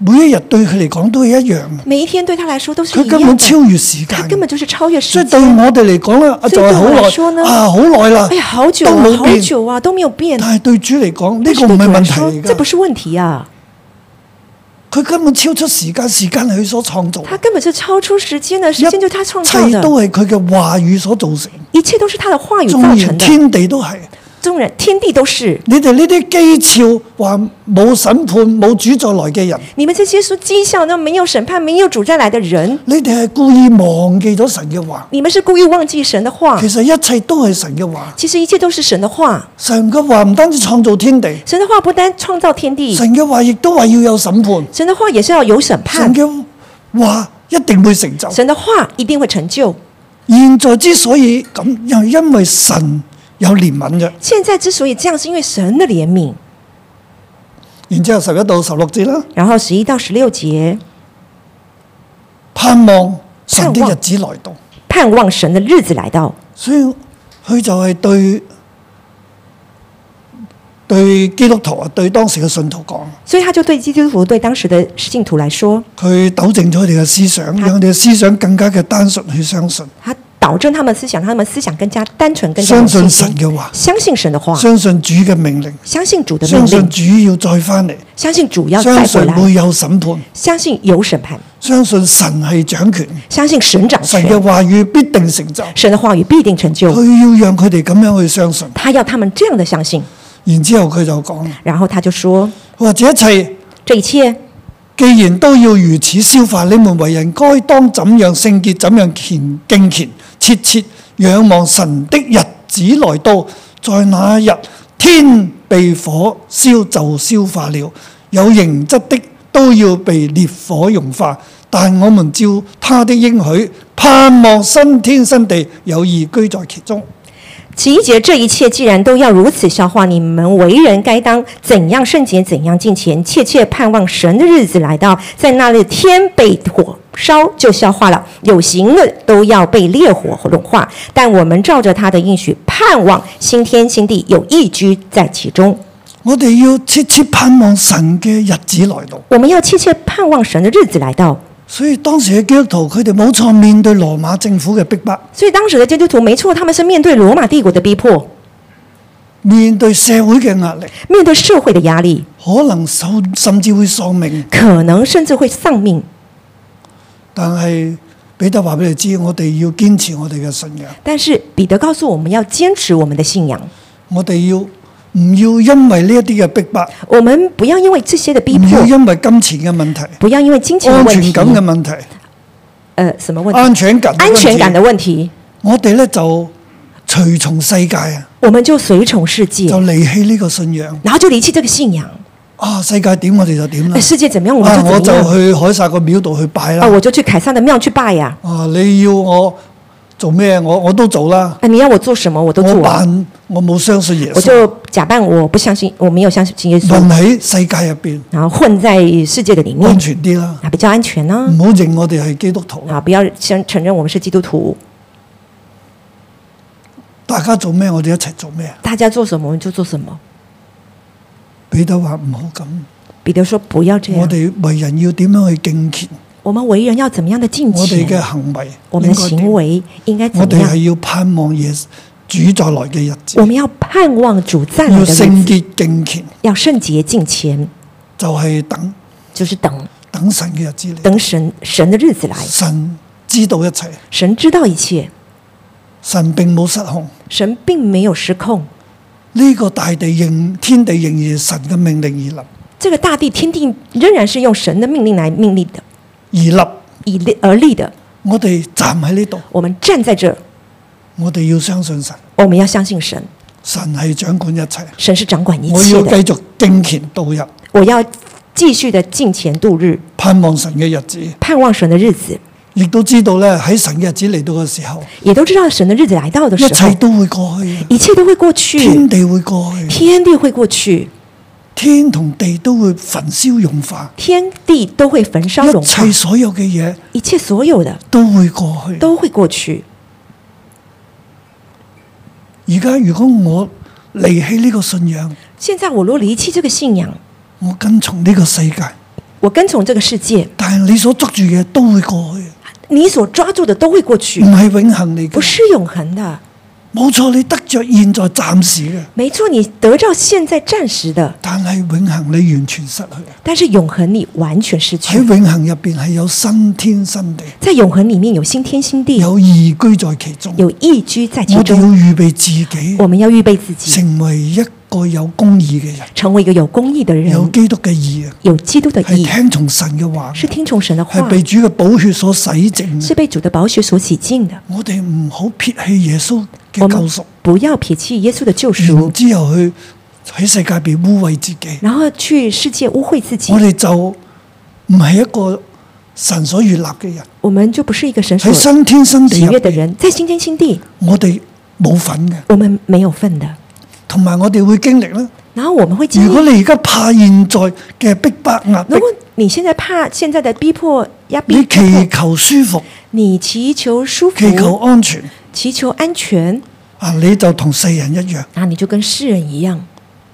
每一日對佢嚟講都係一樣嘅。 每一天對他來說都是佢一樣的。 根本超越時間他根本就是超越時所以對間。 我哋嚟講咧，啊就係好所以對我來說呢耐啊，好耐啦， 哎呀，好久啊，好都冇變。 久啊，都沒有變。 但係對主嚟講，呢但是對主來個唔係問題說嚟㗎。 這不是問題啊。 佢根本超出時間，時間係佢所創造。 他根本是超出時間的，時間就是他創造的。 一切都係佢嘅話語所造成， 一切都是他的話語造縱然成的。 天地都係。 縱然天地都是。 你哋呢啲譏誚話冇審判、冇主再來嘅人， 你們這些說譏笑那沒有審判、沒有主再來的人， 你哋係故意忘記咗神嘅話。 你們是故意忘記神的話。 其實一切都係神嘅話。 其實一切都是神的話。 神嘅話唔單止創造天地， 神的話不單創造天地， 神嘅話亦都話要有審判。 神的話也是要有審判。 神嘅話一定會成就。 神的話一定會成就。 現在之所以咁，又因為神有憐憫嘅。 現在之所以這樣，是因為神的憐憫。 然之後十一到十六節啦。 然後十一到十六節， 盼望神的日子來到。 盼望神的日子來到。 所以佢就係對對基督徒啊，對當時嘅信徒講。 所以他就對基督徒、對當時的信徒來說， 佢糾正咗佢哋嘅思想，讓佢哋嘅思想更加嘅單純去相信。 他導正他們思想，他們思想更加單純，更加相信神嘅話， 相信神的話， 相信主嘅命令， 相信主的命令， 相信主要再翻嚟， 相信主要再回來， 相信會有審判， 相信有審判， 相信神係掌權， 相信神掌權， 神嘅話語必定成就， 神的話語必定成就。 佢要讓佢哋咁樣去相信， 他要他們這樣的相信。 然之後佢就講， 然後他就說： 或者一切， 這一切既然都要如此消化，你們為人該當怎樣聖潔，怎樣虔敬虔，切切仰望神的日子來到，在那一日天被火燒就消化了，有形質的都要被烈火融化，但我們照他的應許，盼望新天新地，有義居在其中。 其一節，這一切既然都要如此消化，你們為人該當怎樣聖潔，怎樣敬虔，切切盼望神的日子來到，在那日天被火燒就消化了，有形的都要被烈火融化，但我們照着他的應許，盼望新天新地，有義居在其中。 我哋要切切盼望神嘅日子來到， 我們要切切盼望神的日子來到。 所以當時嘅基督徒，佢哋冇錯面對羅馬政府嘅逼迫， 所以當時的基督徒沒錯，他們是面對羅馬帝國的逼迫， 面對社會嘅壓力， 面對社會的壓力， 可能受甚至會喪命， 可能甚至會喪命。 但係彼得話俾你知，我哋要堅持我哋嘅信仰。 但是彼得告訴我們要堅持我們的信仰， 我哋要唔要因為呢一啲嘅逼迫， 我們不要因為這些的逼唔迫， 要因為金錢嘅問題， 不要因為金錢的安問題， 全感嘅問題， 呃，什麼問題？ 安全感安全感的問題。 我哋咧就隨從世界啊， 我們就隨從世界， 就離棄呢個信仰。 然後就離棄這個信仰。 啊，世界點我哋就點啦。 世界怎麼樣我們啊，我就就怎麼樣。 去凱撒個廟度去拜啦。 啊，我就去凱撒的廟去拜呀。 啊，你要我做咩？我我都做啦。 啊，你要我做什麼我都我做。 扮我冇相信耶穌。 我就假扮我不相信，我沒有相信耶穌。 混喺世界入邊， 然後混在世界的裡面， 安全啲啦。 啊，比較安全呢。 唔好認我哋係基督徒。 啊，不要先承認我們是基督徒。 大家做咩，我哋一齊做咩。 大家做什麼，我們就做什麼。 彼得話唔好咁。 彼得說不要這樣。 我哋為人要點樣去敬虔？ 我們為人要怎麼樣的敬虔？ 我哋嘅行為， 我們的行為應該怎麼樣？ 我哋係要盼望耶主再來嘅日子。 我們要盼望主再來的日子。 要聖潔敬虔。 要聖潔敬虔。 就係、是、等。 就是等。 等神嘅日子嚟。 等神神的日子來。 神知道一切。 神知道一切。 神並冇失控。 神並沒有失控。 呢、這個大地仍天地仍然神嘅命令而立。 這個大地天地仍然是用神的命令來命令的， 而立以立而立的。 我哋站喺呢度， 我們站在這， 我哋要相信神。 我們要相信神， 神係掌管一切， 神是掌管一切的。 我要繼續敬虔度日， 我要繼續的敬虔度日， 盼望神嘅日子， 盼望神的日子。 亦都知道咧，喺神嘅日子嚟到嘅時候， 也都知道神的日子來到的時候， 一切都會過去， 一切都會過去， 天地會過去， 天地會過去。 天同地都會焚燒融化， 天地都會焚燒融化， 一切所有嘅嘢， 一切所有的都會過去， 都會過去。 而家如果我離棄呢個信仰， 現在我若離棄這個信仰， 我跟從呢個世界， 我跟從這個世界， 但係你所捉住嘅都會過去， 你所抓住的都會過去唔，係永恆嚟嘅。 不是永恆的。 冇錯，你得着現在暫時嘅， 沒錯，你得到現在暫時的， 但係永恆你完全失去。 但是永恆你完全失去。 喺永恆入邊係有新天新地， 在永恆裡面有新天新地， 有義居在其中。 有義居在其我哋要中。 預備自己， 我們要預備自己， 成為一個有公義嘅人， 成為一個有公義的有人， 基督嘅義啊， 有基督的係義， 聽從神嘅話， 是聽從神的話， 係被主嘅寶血所洗淨。 是被主的寶血所洗淨的。 我哋唔好撇棄耶穌嘅我們救贖， 不要撇棄耶穌的救然贖， 之後去喺世界邊污穢自己。 然後去世界污穢自己我。哋就唔係一個神所悅納嘅人， 我們就不是一個神所喺新天新地喜入邊， 悅的人，在新天新地， 我哋冇份嘅， 我們沒有份的。 同埋我哋會經歷啦。 然後我們會經歷。 如果你而家怕現在嘅逼迫壓迫如，果你現在怕現在的逼迫壓逼你迫， 祈求舒服， 你祈求舒服， 祈求安全， 祈求安全， 啊，你就同世人一樣， 那你就跟世人一樣。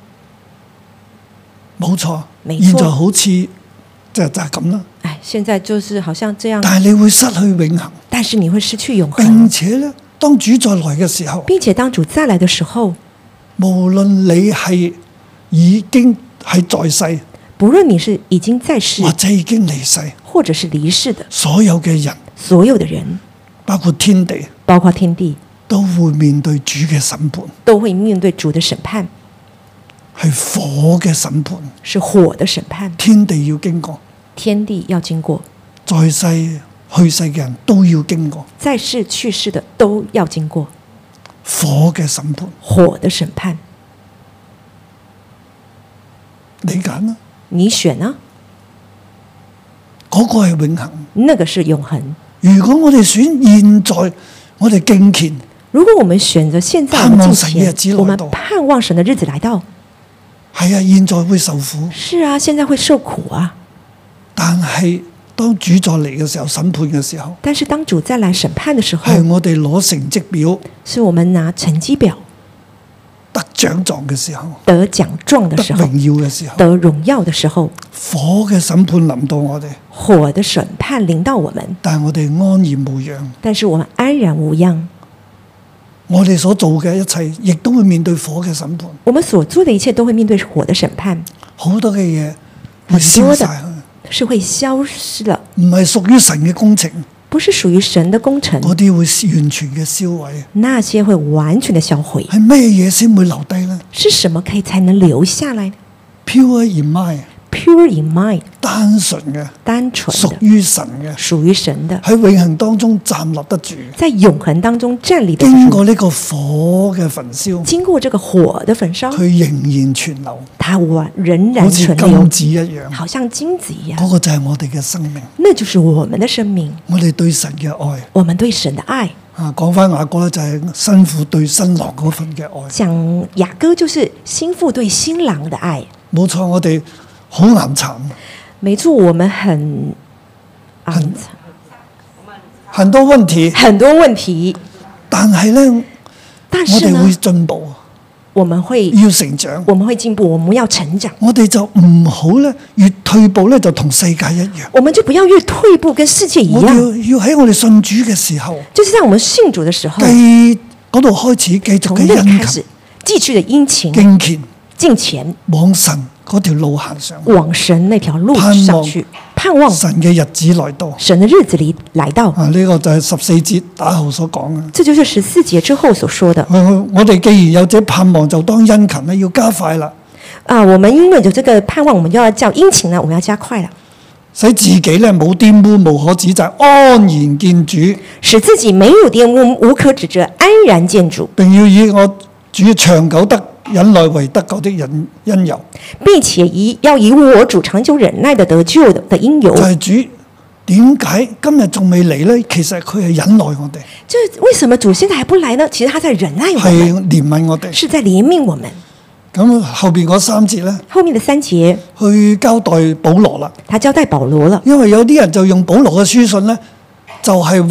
冇錯。 沒錯現在好似就就係咁啦， 哎，現在就是好像這樣， 但係你會失去永恆， 但是你會失去永並恆， 且咧，當主再來嘅時候， 並且當主再來的時候， 無論你係已經係在世， 不論你是已經在世或者已經離世， 或者是離世的， 所有嘅人， 所有的人， 包括天地， 包括天地， 都會面對主嘅審判， 都會面對主的審判， 係火嘅審判， 是火的審判， 天地要經過， 天地要經過， 在世去世嘅人都要經過在世去世的都要經過火嘅審判。 火的審判。 你揀啦， 你選啊， 嗰、個係永恆。 那個是永恆。 如果我哋選現在，我哋敬虔， 如果我們選擇現在我們盼望神嘅日子敬虔， 來到我們盼望神的日子來到。 係啊，現在會受苦， 是啊，現在會受苦啊。 但係當主再嚟嘅時候，審判嘅時候， 但是當主再來審判的時候， 係我哋攞成績表是我們拿成績表得獎狀嘅時候， 得獎狀的得時候， 榮耀嘅時候， 得榮耀的時候， 火嘅審判臨到我哋， 火的審判臨到我們， 但係我哋安然無恙。 但是我們安然無恙。 我哋所做嘅一切，亦都會面對火嘅審判。 我們所做的一切都會面對火的審判， 好多嘅嘢會燒晒去， 是會消失的， 唔係屬於神嘅工程， 不是屬於神的工程， 嗰啲會完全嘅燒毀。 那些會完全的銷毀。 係咩嘢先會留低呢？ 是什麼可以才能留下來呢？ Pure in mind， Pure in mind， 單純嘅， 單純屬的， 於神嘅， 屬於神的， 喺永恆當中站立得住。 在永恆當中站立得住。 經過呢個火嘅焚燒， 經過這個火的焚燒， 佢仍然存留， 它完仍然好似存留金，子一樣。 好像金子一樣。 嗰個就係我哋嘅生命， 那就是我們的生命， 我哋對神嘅愛。 我們對神的愛。 啊，講翻雅歌咧，就係新婦對新郎嗰份嘅愛。 講雅歌就是新婦對新郎的愛。 冇錯，我哋好難纏， 沒錯，我們很啊很很多問題， 很多問題， 但係咧， 但是我哋會呢， 進步， 我們會要成長。 我們會進步，我們要成長。 我哋就唔好咧，越退步咧就同世界一樣。 我們就不要越退步，跟世界一我哋樣。 要要喺我哋信主嘅時候， 就是在我們信主的時候， 繼嗰度開始繼續從嘅殷勤那裡開始，繼續的殷勤、 敬虔， 敬虔， 往神嗰條路行上， 往神那條路盼望上去，盼望神嘅日子來到。 神的日子裡來到。 啊，呢、個就係十四節打後所講嘅。 這就是十四節之後所說的。 我我哋既然有這盼望，就當殷勤咧，要加快啦， 啊，我們因為有這個盼望，我們就要叫殷勤呢，我們要加快了， 使自己咧冇玷污、無可指責，安然見主， 使自己沒有玷污、無可指責，安然見主， 並要以我主長久得忍耐為得救的人因由。 並且以要以我主長久忍耐的得救的的因由。 就係主點解今日仲未嚟呢？其實佢係忍耐我哋， 這為什麼主現在還不來呢？其實他在忍耐我係們， 憐憫我哋。 是在憐憫我們。 咁後邊嗰三節呢， 後面的三節， 去交代保羅啦。 他交代保羅了。 因為有啲人就用保羅嘅書信呢，就係話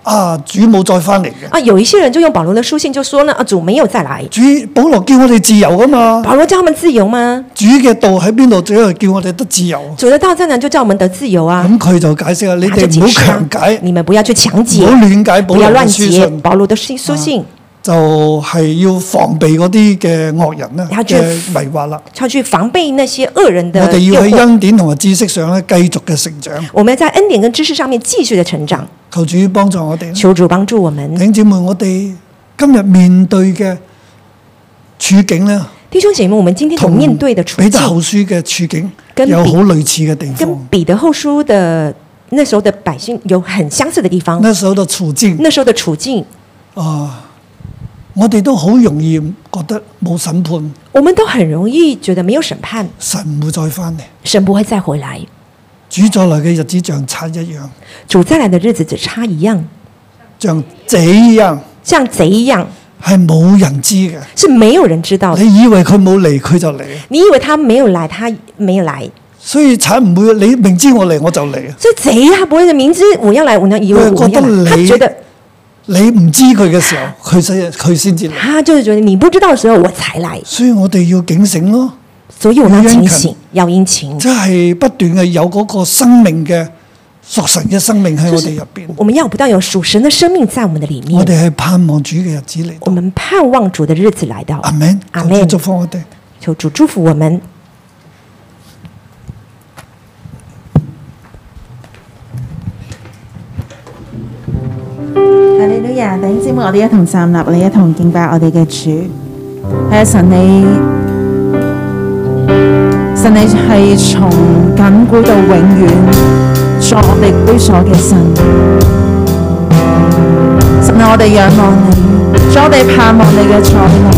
啊主冇再翻嚟嘅。 啊，有一些人就用保羅的書信就說呢，啊主沒有再來。 主保羅叫我哋自由噶嘛？ 保羅叫他們自由嗎？ 主嘅道喺邊度？只係叫我哋得自由。 主的道在哪就叫我們得自由啊。 咁佢就解釋啦，你哋唔好強解， 你們不要去強解， 唔好亂解保羅嘅書信。 保羅的書信。啊就係要防備嗰啲嘅惡人咧嘅迷惑啦， 要去防備那些惡人的。 我哋要喺恩典同埋知識上咧繼續嘅成長。 我們在恩典跟知識上面繼續的成長。 求主幫助我哋。 求主幫助我們。 弟兄姊妹，我哋今日面對嘅處境咧， 弟兄姐妹，我們今天所面對的處境， 彼得後書嘅處境有好類似嘅地方。 跟彼得後書的那時候的百姓有很相似的地方。 那時候的處境， 那時候的處境啊。我哋都好容易覺得冇審判， 我們都很容易覺得沒有審判， 神唔會再翻嚟， 神不會再回來， 主再來嘅日子像賊一樣， 主再來的日子只差一樣， 像賊一樣， 像賊一樣， 係冇人知嘅， 是沒有人知道的。 你以為佢冇嚟，佢就嚟， 你以為他沒有來，他沒有來， 所以賊唔會，你明知我嚟我就嚟， 所以賊他不會明知我要來，我以為我要來，他覺得。 你唔知佢嘅時候，佢先佢先至嚟。 他就是覺得你不知道的時候，我才來。 所以我哋要警醒咯。 所以我們要警醒，要殷勤。 即係不斷嘅有嗰個生命嘅屬神嘅生命喺我哋入邊。 我們要不斷有屬神嘅生命在我們的裡面。 我哋係盼望主嘅日子嚟到。 我們盼望主的日子來到。 阿門， 阿門。 祝福我哋， 求主祝福我們。 哈利路亞！弟兄姊妹，我哋一同站立，我哋一同敬拜我哋嘅主。係啊，神你，神你係從亙古到永遠作我哋居所嘅神。神啊，我哋仰望你，主，我哋盼望你嘅再來。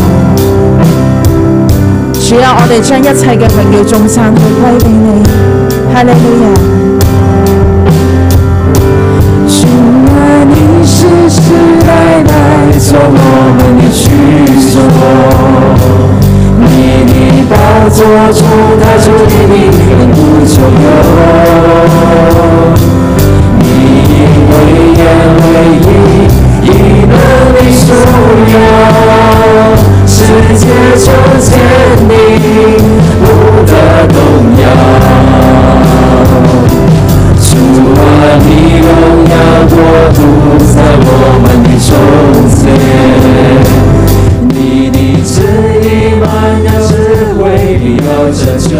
主啊，我哋將一切嘅榮耀頌讚去歸俾你。哈利路亞！你世世代代做我們的居所，你的寶座從太初的你永不久有，你以為言為義，以能力束腰，世界就堅定，不得動搖。主啊，你榮耀國度在我們的中間，你的旨意滿了智慧，必要拯救，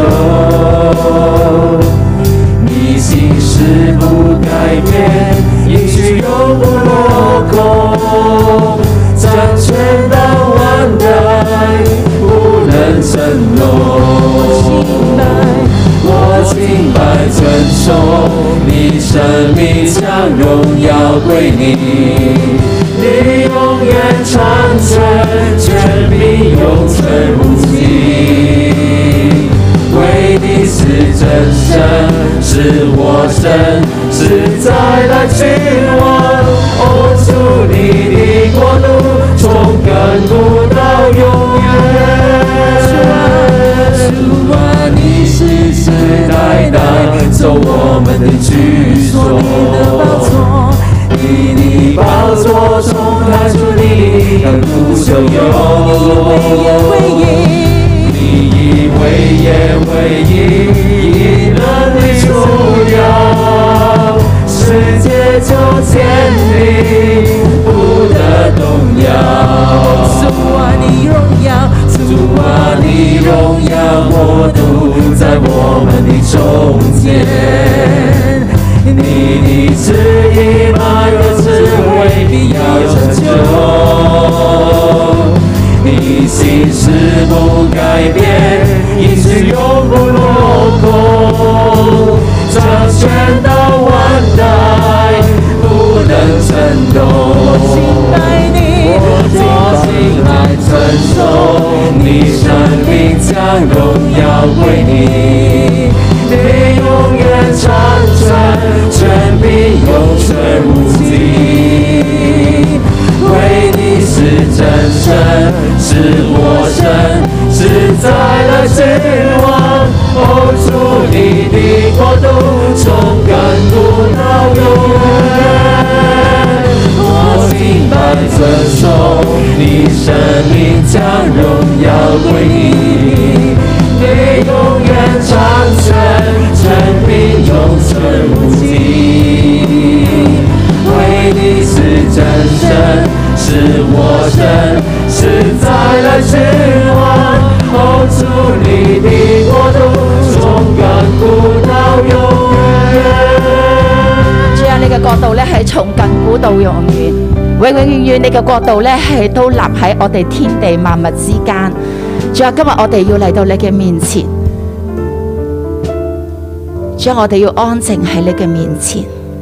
你心事不改變，應許永不落空，掌權到萬代，不能震動。我敬拜尊崇，你生命將榮耀歸你，你永遠長存，權柄永存無盡。為你是真神，是我神，是再來君王。哦，主你的國度，從亙古到永遠。主啊，你世世代代做我們的居所，你的寶座從太初的亙古就有，你以為言為義，以能力束腰，世界就堅定，不得動搖。主啊，你榮耀，主啊，你榮耀國度在我們的中間，你的旨意滿有智慧，必要拯救，你心事不改變，應許永不落空，掌權到萬代，不能震動。我敬拜你，我敬拜尊崇，你生命將榮耀歸你，你永遠長存，權柄永存無盡。為你是真神，是我神，是再來君王。哦，主你的國度從亙古到永遠。 遵守，你生命将荣耀归你，你永远长存，生命永存无尽。为你是真神，是我神，是再来之王。哦，主你的国度从亘古到永遠。 主啊，你嘅國度咧係從亘古到永遠，永永遠遠你嘅國度咧係都立喺我哋天地萬物之間。主啊，今日我哋要嚟到你嘅面前，主啊，我哋要安靜喺你嘅面前。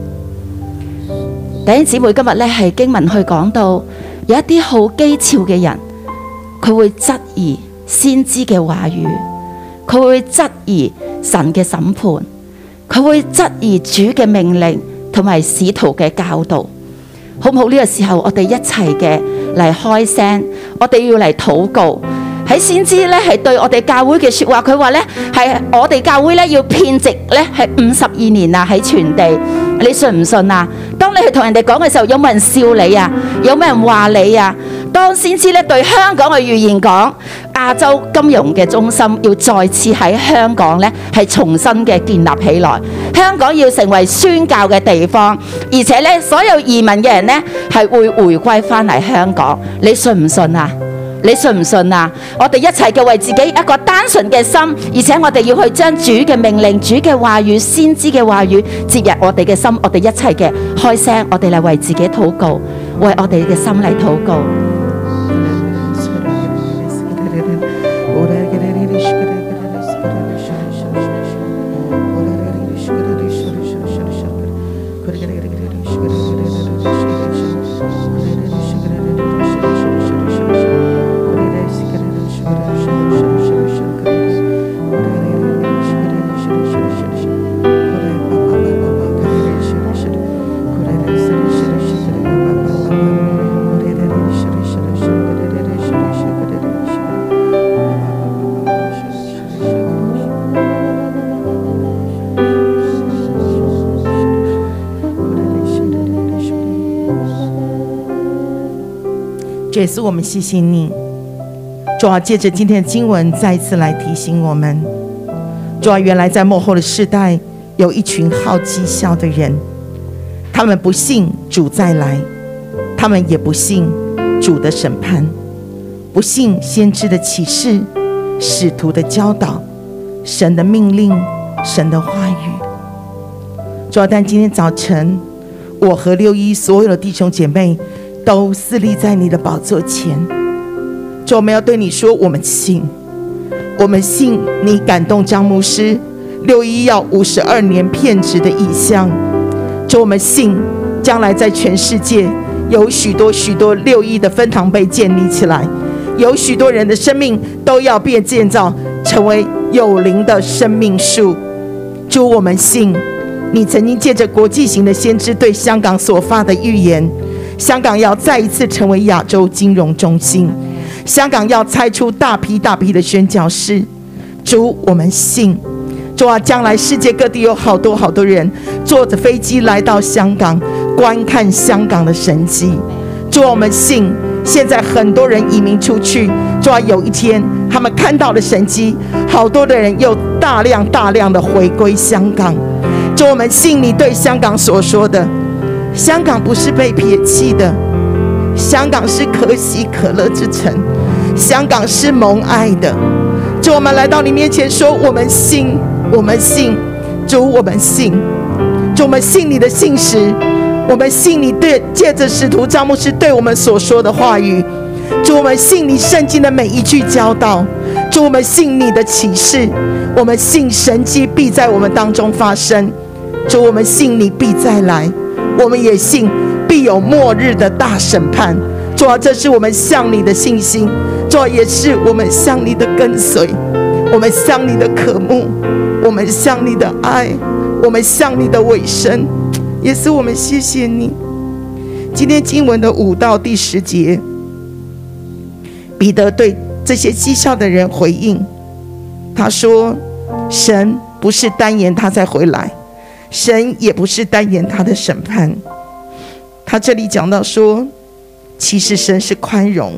弟兄姊妹，今日咧係經文去講到有一啲好譏誚嘅人，佢會質疑先知嘅話語，佢會質疑神嘅審判，佢會質疑主嘅命令同埋使徒嘅教導。好唔好呢個時候我哋一齊嘅嚟開聲，我哋要嚟禱告。喺先知咧係對我哋教會嘅說話，佢話咧係我哋教會咧要遍植咧係五十二年啊，喺全地，你信唔信啊？當你去同人哋講嘅時候，有冇人笑你啊？有冇人話你啊？當先知咧對香港嘅預言講，亞洲金融嘅中心要再次喺香港咧係重新嘅建立起來，香港要成為宣教嘅地方，而且咧所有移民嘅人咧係會回歸翻嚟香港，你信唔信啊？你信唔信啊？我哋一齊嘅為自己一個單純嘅心，而且我哋要去將主嘅命令、主嘅話語、先知嘅話語接入我哋嘅心，我哋一齊嘅開聲，我哋嚟為自己禱告，為我哋嘅心嚟禱告。 主耶稣，我们谢谢你。主啊，借着今天的经文再一次来提醒我们，主啊，原来在末后的世代有一群好讥笑的人，他们不信主再来，他们也不信主的审判，不信先知的启示、使徒的教导、神的命令、神的话语。主啊，但今天早晨我和六一所有的弟兄姐妹都侍立在你的宝座前，主，我们要对你说，我们信，我们信你感动张牧师六一要五十二年骗职的意向。主，我们信将来在全世界有许多许多六一的分堂被建立起来，有许多人的生命都要被建造成为有灵的生命树。主，我们信你曾经借着国际型的先知对香港所发的预言，香港要再一次成为亚洲金融中心，香港要拆出大批大批的宣教士。主，我们信，主啊，将来世界各地有好多好多人坐着飞机来到香港观看香港的神迹。主啊，我们信，现在很多人移民出去，主啊，有一天他们看到了神迹，好多的人又大量大量的回归香港。主，我们信你对香港所说的，香港不是被撇弃的，香港是可喜可乐之城，香港是蒙爱的。主，我们来到你面前说，我们信，我们信，主，我们信。主，我们信你的信实，我们信你对借着使徒张牧师对我们所说的话语。主，我们信你圣经的每一句教导。主，我们信你的启示，我们信神迹必在我们当中发生。主，我们信你必再来，我们也信必有末日的大审判。主啊，这是我们向你的信心，主啊，也是我们向你的跟随，我们向你的渴慕，我们向你的爱，我们向你的委身。也是我们谢谢你。今天经文的五到第十节，彼得对这些讥笑的人回应，他说，神不是单言他再回来，神也不是单言他的审判。他这里讲到说， 其实神是宽容。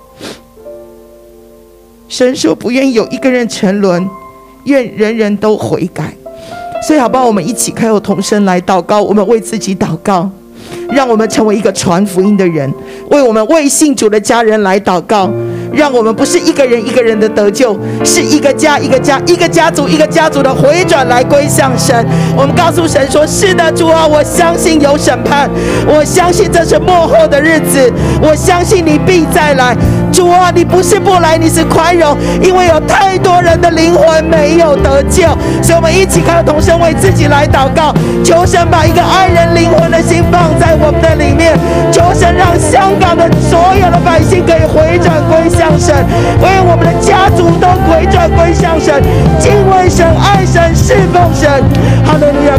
神说不愿有一个人沉沦，愿人人都悔改。所以好不好，我们一起开口同声来祷告，我们为自己祷告，让我们成为一个传福音的人，为我们未信主的家人来祷告，让我们不是一个人一个人的得救，是一个家一个家一个家族一个家族的回转来归向神。我们告诉神说，是的主啊，我相信有审判，我相信这是末后的日子，我相信你必再来。主啊，你不是不来，你是宽容，因为有太多人的灵魂没有得救。所以我们一起开口同声为自己来祷告，求神把一个爱人灵魂的心放在我们的里面，求神让香港的所有的百姓可以回转归向神，为我们的家族都回转归向神，敬畏神，爱神，侍奉神。哈利路亚！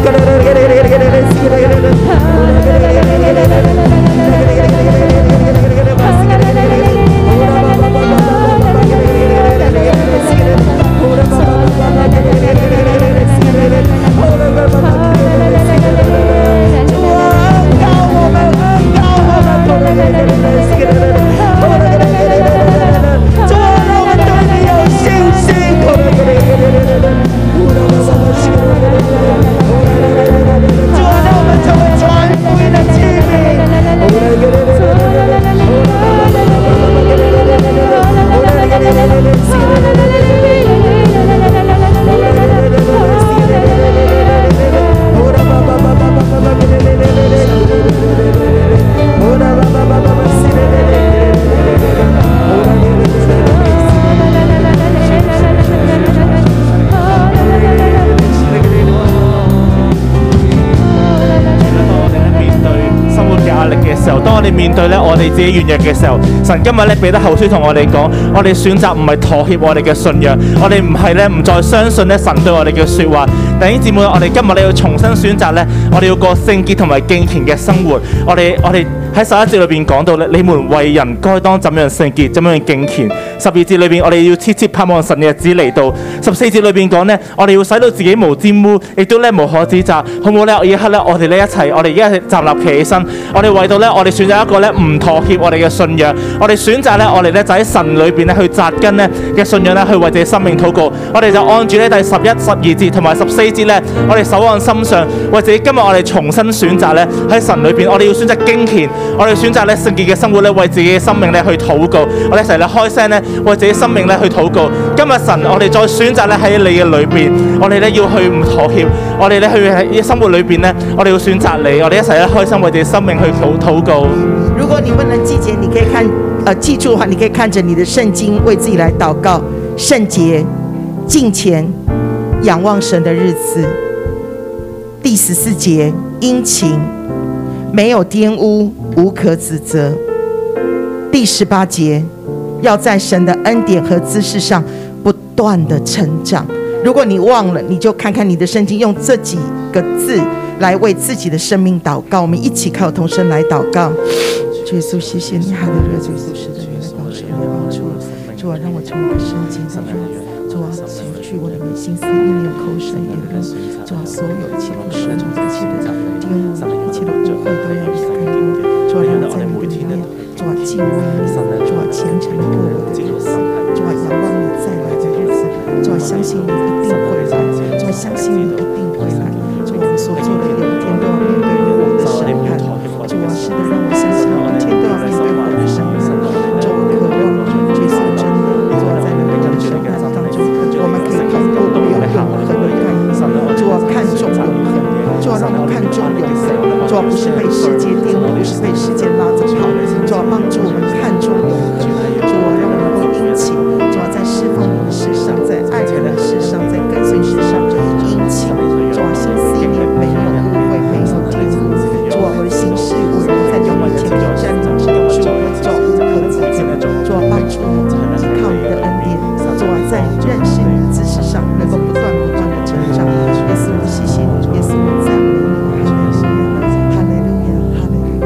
面對咧我哋自己軟弱嘅時候，神今日咧彼得後書同我哋講，我哋選擇唔係妥協我哋嘅信仰，我哋唔係咧唔再相信咧神對我哋嘅説話。弟兄姊妹，我哋今日咧要重新選擇咧，我哋要過聖潔同埋敬虔嘅生活。我哋我哋喺十一節裏邊講到咧，你們為人該當怎樣聖潔，怎樣敬虔。十二節裏邊我哋要切切盼望神嘅日子嚟到。十四節裏邊講咧，我哋要使到自己無沾污，亦都咧無可指責，好唔好咧？呢一刻咧，我哋呢一齊，我哋而家站立企起身，我哋為到咧，我哋選擇一個咧唔妥協我哋嘅信仰，我哋選擇咧，我哋咧就喺神裏邊咧去紮根咧嘅信仰咧，去為自己生命禱告。我哋就按住咧第十一、十二節同埋十四節咧，我哋手按心上，為自己今日我哋重新選擇咧喺神裏邊，我哋要選擇敬虔，我哋選擇咧聖潔嘅生活咧，為自己嘅生命咧去禱告。我哋一齊咧開聲咧，為自己生命咧去禱告。今日神，我哋再選擇咧喺你嘅裏邊，我哋咧要去唔妥協，我哋咧去喺生活裏邊咧，我哋要選擇你，我哋一齊咧開心為自己生命去禱禱告。 如果你不能記節，你可以看，呃，記住的話，你可以看着你的聖經，為自己來禱告。聖潔、敬虔、仰望神的日子。第十四節，殷勤，沒有玷污，無可指責。第十八節，要在神的恩典和知識上不斷的成長。如果你忘了，你就看看你的聖經，用這幾個字來為自己的生命禱告。我們一起靠同聲來禱告。主耶穌，謝謝你，哈利路亞！主耶穌，是的，你的保守，你的幫助。主啊，讓我成為一個聖潔的人。主啊，除去我的美心思、意念、口舌、言論。主啊，所有一切的神，一切的玷污，一切的污穢都要離開我。主啊，讓我在你的裡面，主啊，敬畏你，主啊，虔誠的過我的日子。主啊，仰望你再來的日子。主啊，相信你一定會來。主啊，相信你一定會來。主啊，我們所做的有一天都要面對我的審判。主啊，是的，讓我相信有一天都要面對我的審判。主啊，渴望追求真理。主啊，在你的審判當中，我們可以通過永恆的概念。主啊，看重永恆。主啊，讓我們看重永恆。主啊，不是被世界玷污，不是被世界拉着跑。主啊，幫助我們看重永恆。主啊，讓我們能夠殷勤。主啊，在侍奉你的事上，在愛人的事上，在跟隨事上殷勤。主啊，心思意念沒有誤會，沒有玷污。主啊，我的行事為人在你面前挑戰你的主。主啊，無可指責。主啊，幫助我們依靠你的恩典。主啊，在認識你的知識上能夠不斷不斷的成長。耶穌，我謝謝你，耶穌，我讚美你。哈利路亞，哈利路亞，哈利路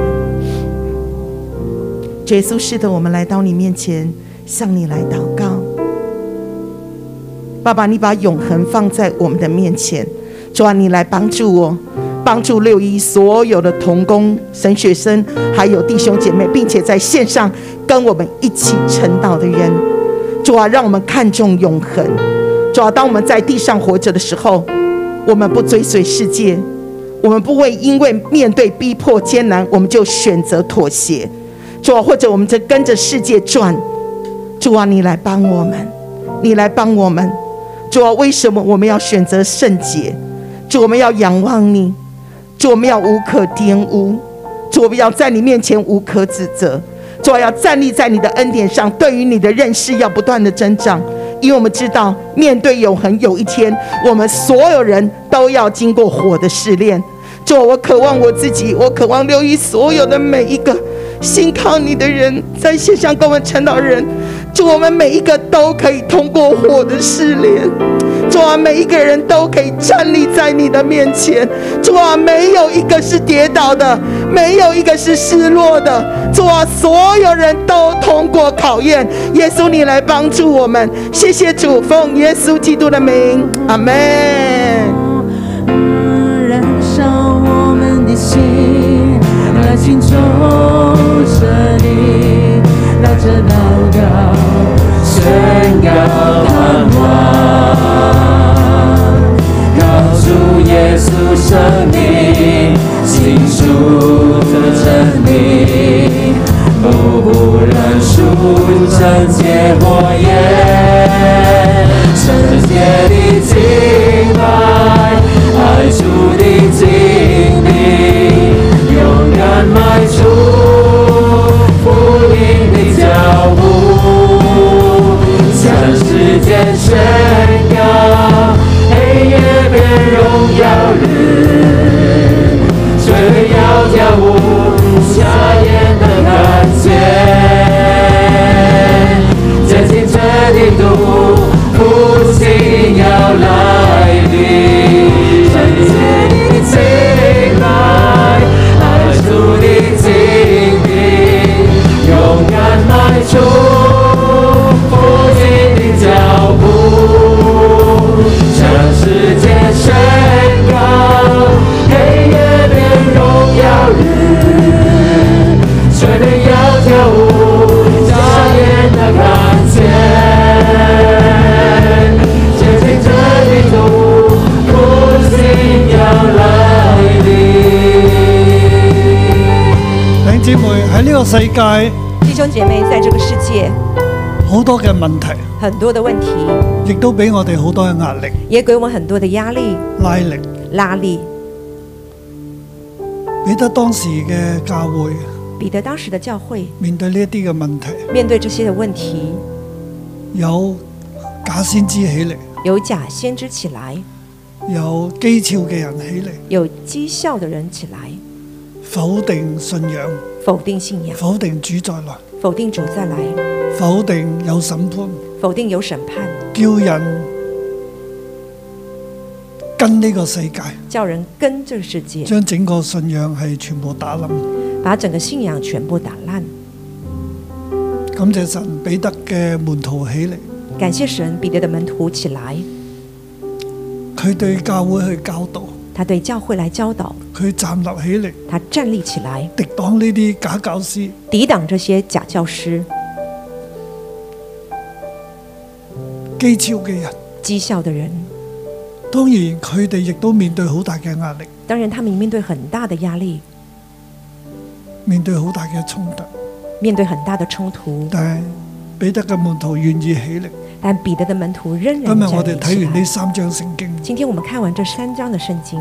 亞。耶穌，是的，我們來到你面前，向你來禱告。爸爸，你把永恆放在我們的面前。主啊，你來幫助我。 帮助六一所有的同工、神学生，还有弟兄姐妹，并且在线上跟我们一起晨祷的人。主啊，让我们看重永恒。主啊，当我们在地上活着的时候，我们不追随世界，我们不会因为面对逼迫艰难，我们就选择妥协。主啊，或者我们就跟着世界转。主啊，你来帮我们，你来帮我们。主啊，为什么我们要选择圣洁？主，我们要仰望你。主，我们要无可玷污。主，我们要在你面前无可指责。主啊，要站立在你的恩典上，对于你的认识要不断的增长，因为我们知道面对永恒，有一天我们所有人都要经过火的试炼。主啊，我渴望我自己，我渴望留意所有的每一个信靠你的人，在线上跟我们传道人，主，我们每一个都可以通过火的试炼。主啊，每一个人都可以站立在你的面前。主啊，没有一个是跌倒的，没有一个是失落的。主啊，所有人都通过考验。耶稣，你来帮助我们。谢谢主，奉耶稣基督的名，阿门。 燃烧我们的心，来敬重着你，来这祷告，宣告盼望。主耶稣生命，倾诉的真理，不不燃烧圣洁火焰，圣洁的敬拜，爱主的经历，勇敢迈出福音的脚步，向世界宣告。黑夜变荣耀日，水要跳舞，瞎眼的看见，接近这地图，复兴要来临。圣洁的敬拜，爱主的经历，勇敢迈出复兴的脚步，向世界宣告，黑夜变荣耀日，水人要跳舞，瞎眼的看见，接近这地图，复兴要來臨。 弟兄姊妹，喺呢個世界， 弟兄姐妹，在這個世界， 好多嘅問題， 很多的問題， 亦都俾我哋好多嘅壓力、 也給我們很多的壓力、 拉力。 拉力。 彼得當時嘅教會， 彼得當時的教會面對呢一啲嘅問題， 面對這些的問題， 有假先知起嚟， 有假先知起來， 有譏誚嘅人起嚟， 有譏笑的人起來， 否定信仰， 否定信仰， 否定主再來， 否定主再來， 否定有審判， 否定有審判， 叫人跟呢個世界， 叫人跟這個世界， 將整個信仰係全部打冧。 把整個信仰全部打爛。 感謝神，彼得嘅門徒起嚟， 感謝神，彼得的門徒起來， 佢對教會去教導， 他對教會來教導， 佢站立起嚟， 他站立起來， 敵擋呢啲假教師， 抵擋這些假教師， 譏誚嘅人， 譏笑的人。 當然佢哋亦都面對好大嘅壓力， 當然他們面對很大的壓力， 面對好大嘅衝突， 面對很大的衝突。 但係彼得嘅門徒願意起嚟。 但彼得的門徒仍然今日我哋睇站立起來。 完呢三章聖經， 今天我們看完這三章的聖經，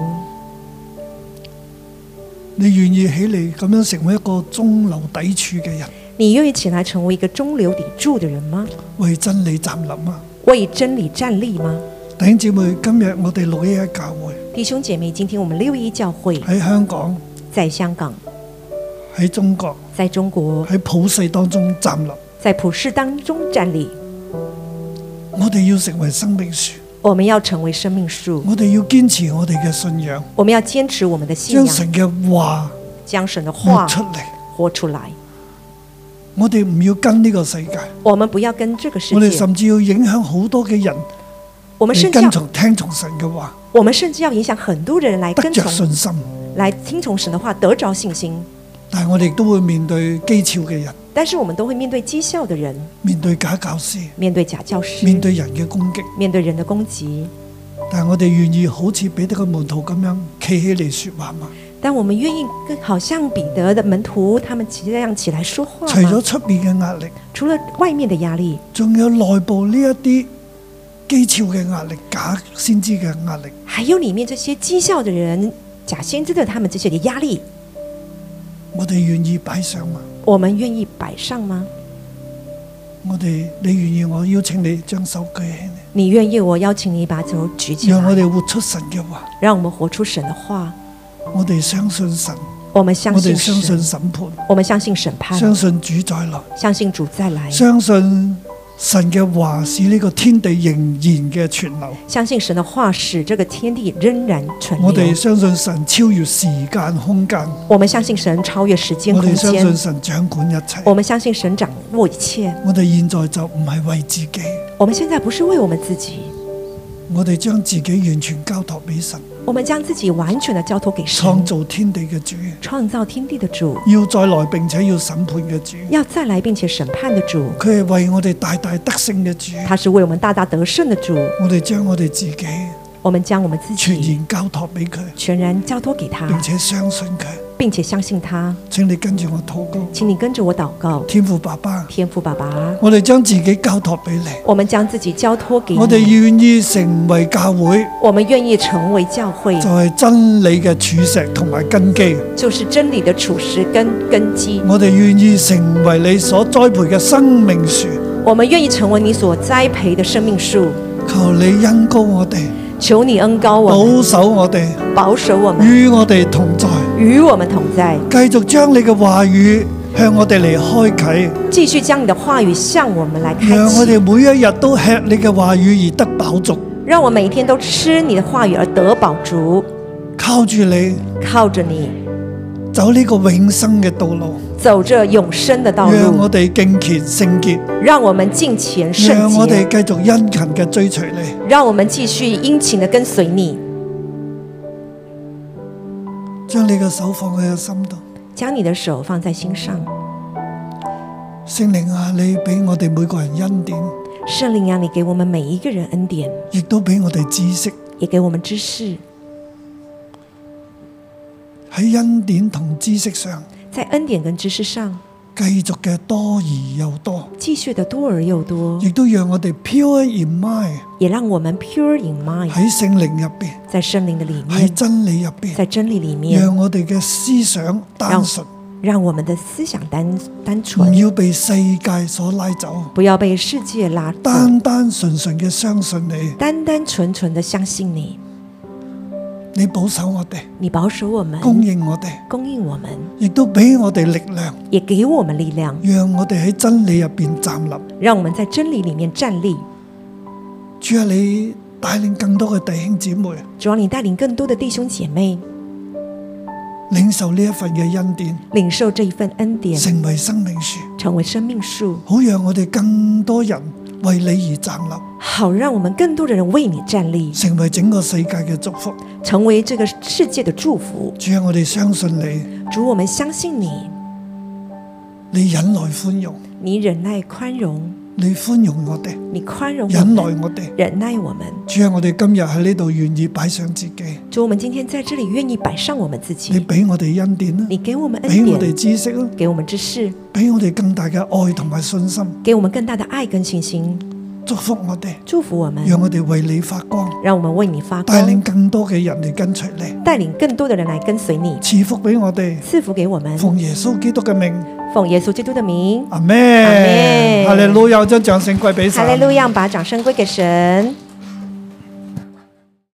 你願意起嚟咁樣成為一個中流砥柱嘅人， 你願意起來成為一個中流砥柱的人嗎？ 為真理站立嗎？ 為真理站立嗎？ 弟兄姊妹，今日我哋六一一教會弟兄姐妹，今天我們六一教會喺香港、 在香港、 喺中國、 在中國、 喺普世當中站立， 在普世當中站立。 我哋要成為生命樹， 我們要成為生命樹， 我哋要堅持我哋嘅信仰， 我們要堅持我們的信仰， 將神嘅話將神的話活出嚟。 活出來。 我哋唔要跟呢個世界， 我們不要跟這個世界， 我哋甚至要影響好多嘅人我們你甚至要跟從聽從神嘅話， 我們甚至要影響很多的人來得着跟從， 信心。 來聽從神的話，得着信心。 但係我哋亦都會面對譏誚嘅人， 但是我們都會面對譏笑的人， 面對假教師， 面對假教師， 面對人嘅攻擊。 面對人的攻擊。 但係我哋願意好似彼得嘅門徒咁樣企起嚟說話嘛？ 但我們願意跟好像彼得的門徒，他們這樣起來說話嗎？ 除咗出面嘅壓力， 除了外面的壓力， 仲有內部呢一啲譏誚嘅壓力、假先知嘅壓力， 還有裡面這些譏笑的人、假先知的他們這些的壓力， 我哋願意擺上嘛？ 我們願意擺上嗎？ 我哋你願意我邀請你將手舉起嚟， 你願意我邀請你把手舉起來， 讓我哋活出神嘅話， 讓我們活出神的話。 我哋相信神， 我們相我哋信相信神， 審判， 我們相信審判， 相信主再來， 相信主再來， 相信神嘅話使呢個天地仍然嘅存留。 相信神的話使這個天地仍然存留。 我哋相信神超越時間空間， 我們相信神超越時間我空哋相信間。 神掌管一切。 我們相信神掌握一切。 我哋現在就唔係為自己， 我們現在不是為我們自己， 我哋將自己完全交託俾神， 我們將自己完全的交託給神， 創造天地嘅主， 創造天地的主， 要再來並且要審判嘅主， 要再來並且審判的主， 佢係為我哋大大得勝嘅主。 他是為我們大大得勝的主。 我哋將我哋自己我們將我們自全己然交託俾佢， 全然交託給他， 並且相信佢。 並且相信他。 請你跟住我禱告， 請你跟着我禱告。 天父爸爸， 天父爸爸， 我哋將自己交託俾你， 我們將自己交託給你。 我哋願意成為教會， 我們願意成為教會， 就係真理嘅柱石同埋根基。 就是真理的柱石跟根基。 我哋願意成為你所栽培嘅生命樹， 我們願意成為你所栽培的生命樹。 求你恩膏我哋， 求你恩膏我們， 保守我哋， 保守我們， 與我哋同在， 與我們同在， 繼續將你嘅話語向我哋嚟開啟， 繼續將你的話語向我們來開讓我啟， 哋每一日都吃你嘅話語而得飽足， 讓我每天都吃你的話語而得飽足， 靠住你靠着你走呢個永生嘅道路， 走着永生的道路， 讓我哋敬虔聖潔， 讓我們敬虔聖讓我哋潔， 繼續殷勤嘅追隨你。 讓我們繼續殷勤的跟隨你， 將你嘅手放喺個心度， 將你的手放在心上。 聖靈啊，你俾我哋每個人恩典， 聖靈啊，你給我們每一個人恩典， 亦都俾我哋知識。 也給我們知識。 喺恩典同知識上， 在恩典跟知識上， 繼續嘅多而又多， 繼續的多而又多， 亦都讓我哋 pure in mind 也讓我們 pure in mind， 喺聖靈入邊， 在聖靈的裡喺面， 真理入邊， 在真理裡面， 讓我哋嘅思想單純， 讓我們的思想單單唔純， 要被世界所拉走， 不要被世界拉走， 單單純純嘅相信你， 單單純純的相信你， 你保守我哋， 你保守我們， 供應我哋， 供應我們， 亦都俾我哋力量， 也給我們力量， 讓我哋喺真理入邊站立。 讓我們在真理裡面站立。 主啊，你帶領更多嘅弟兄姊妹主要你帶領更多的弟兄姐妹領受呢一份嘅恩典， 領受這一份恩典， 成為生命樹， 成為生命樹， 好讓我哋更多人為你而站立， 好讓我們更多的人為你站立， 成為整個世界嘅祝福。 成為這個世界的祝福。 主啊，我哋相信你， 主，我們相信你， 你忍耐寬容， 你忍耐寬容， 你寬容我哋， 你寬容我們忍耐我哋。 忍耐我們。 主啊，我哋今日喺呢度願意擺上自己， 主，我們今天在這裡願意擺上我們自你己， 俾我哋恩典啦， 你給我們恩俾我哋典， 知識啦， 給我們知識， 俾我哋更大嘅愛同埋信心， 給我們更大的愛跟信心， 祝福我哋， 祝福我們， 讓我哋為你發光， 讓我們為你發帶領光， 更多嘅人嚟跟隨你， 帶領更多的人來跟隨你， 賜福俾我哋， 賜福給我們， 奉耶穌基督嘅名， 奉耶穌基督的名， 阿門。 阿們哈利路亞，將掌聲歸俾神。 哈利路亞，把掌聲歸給神。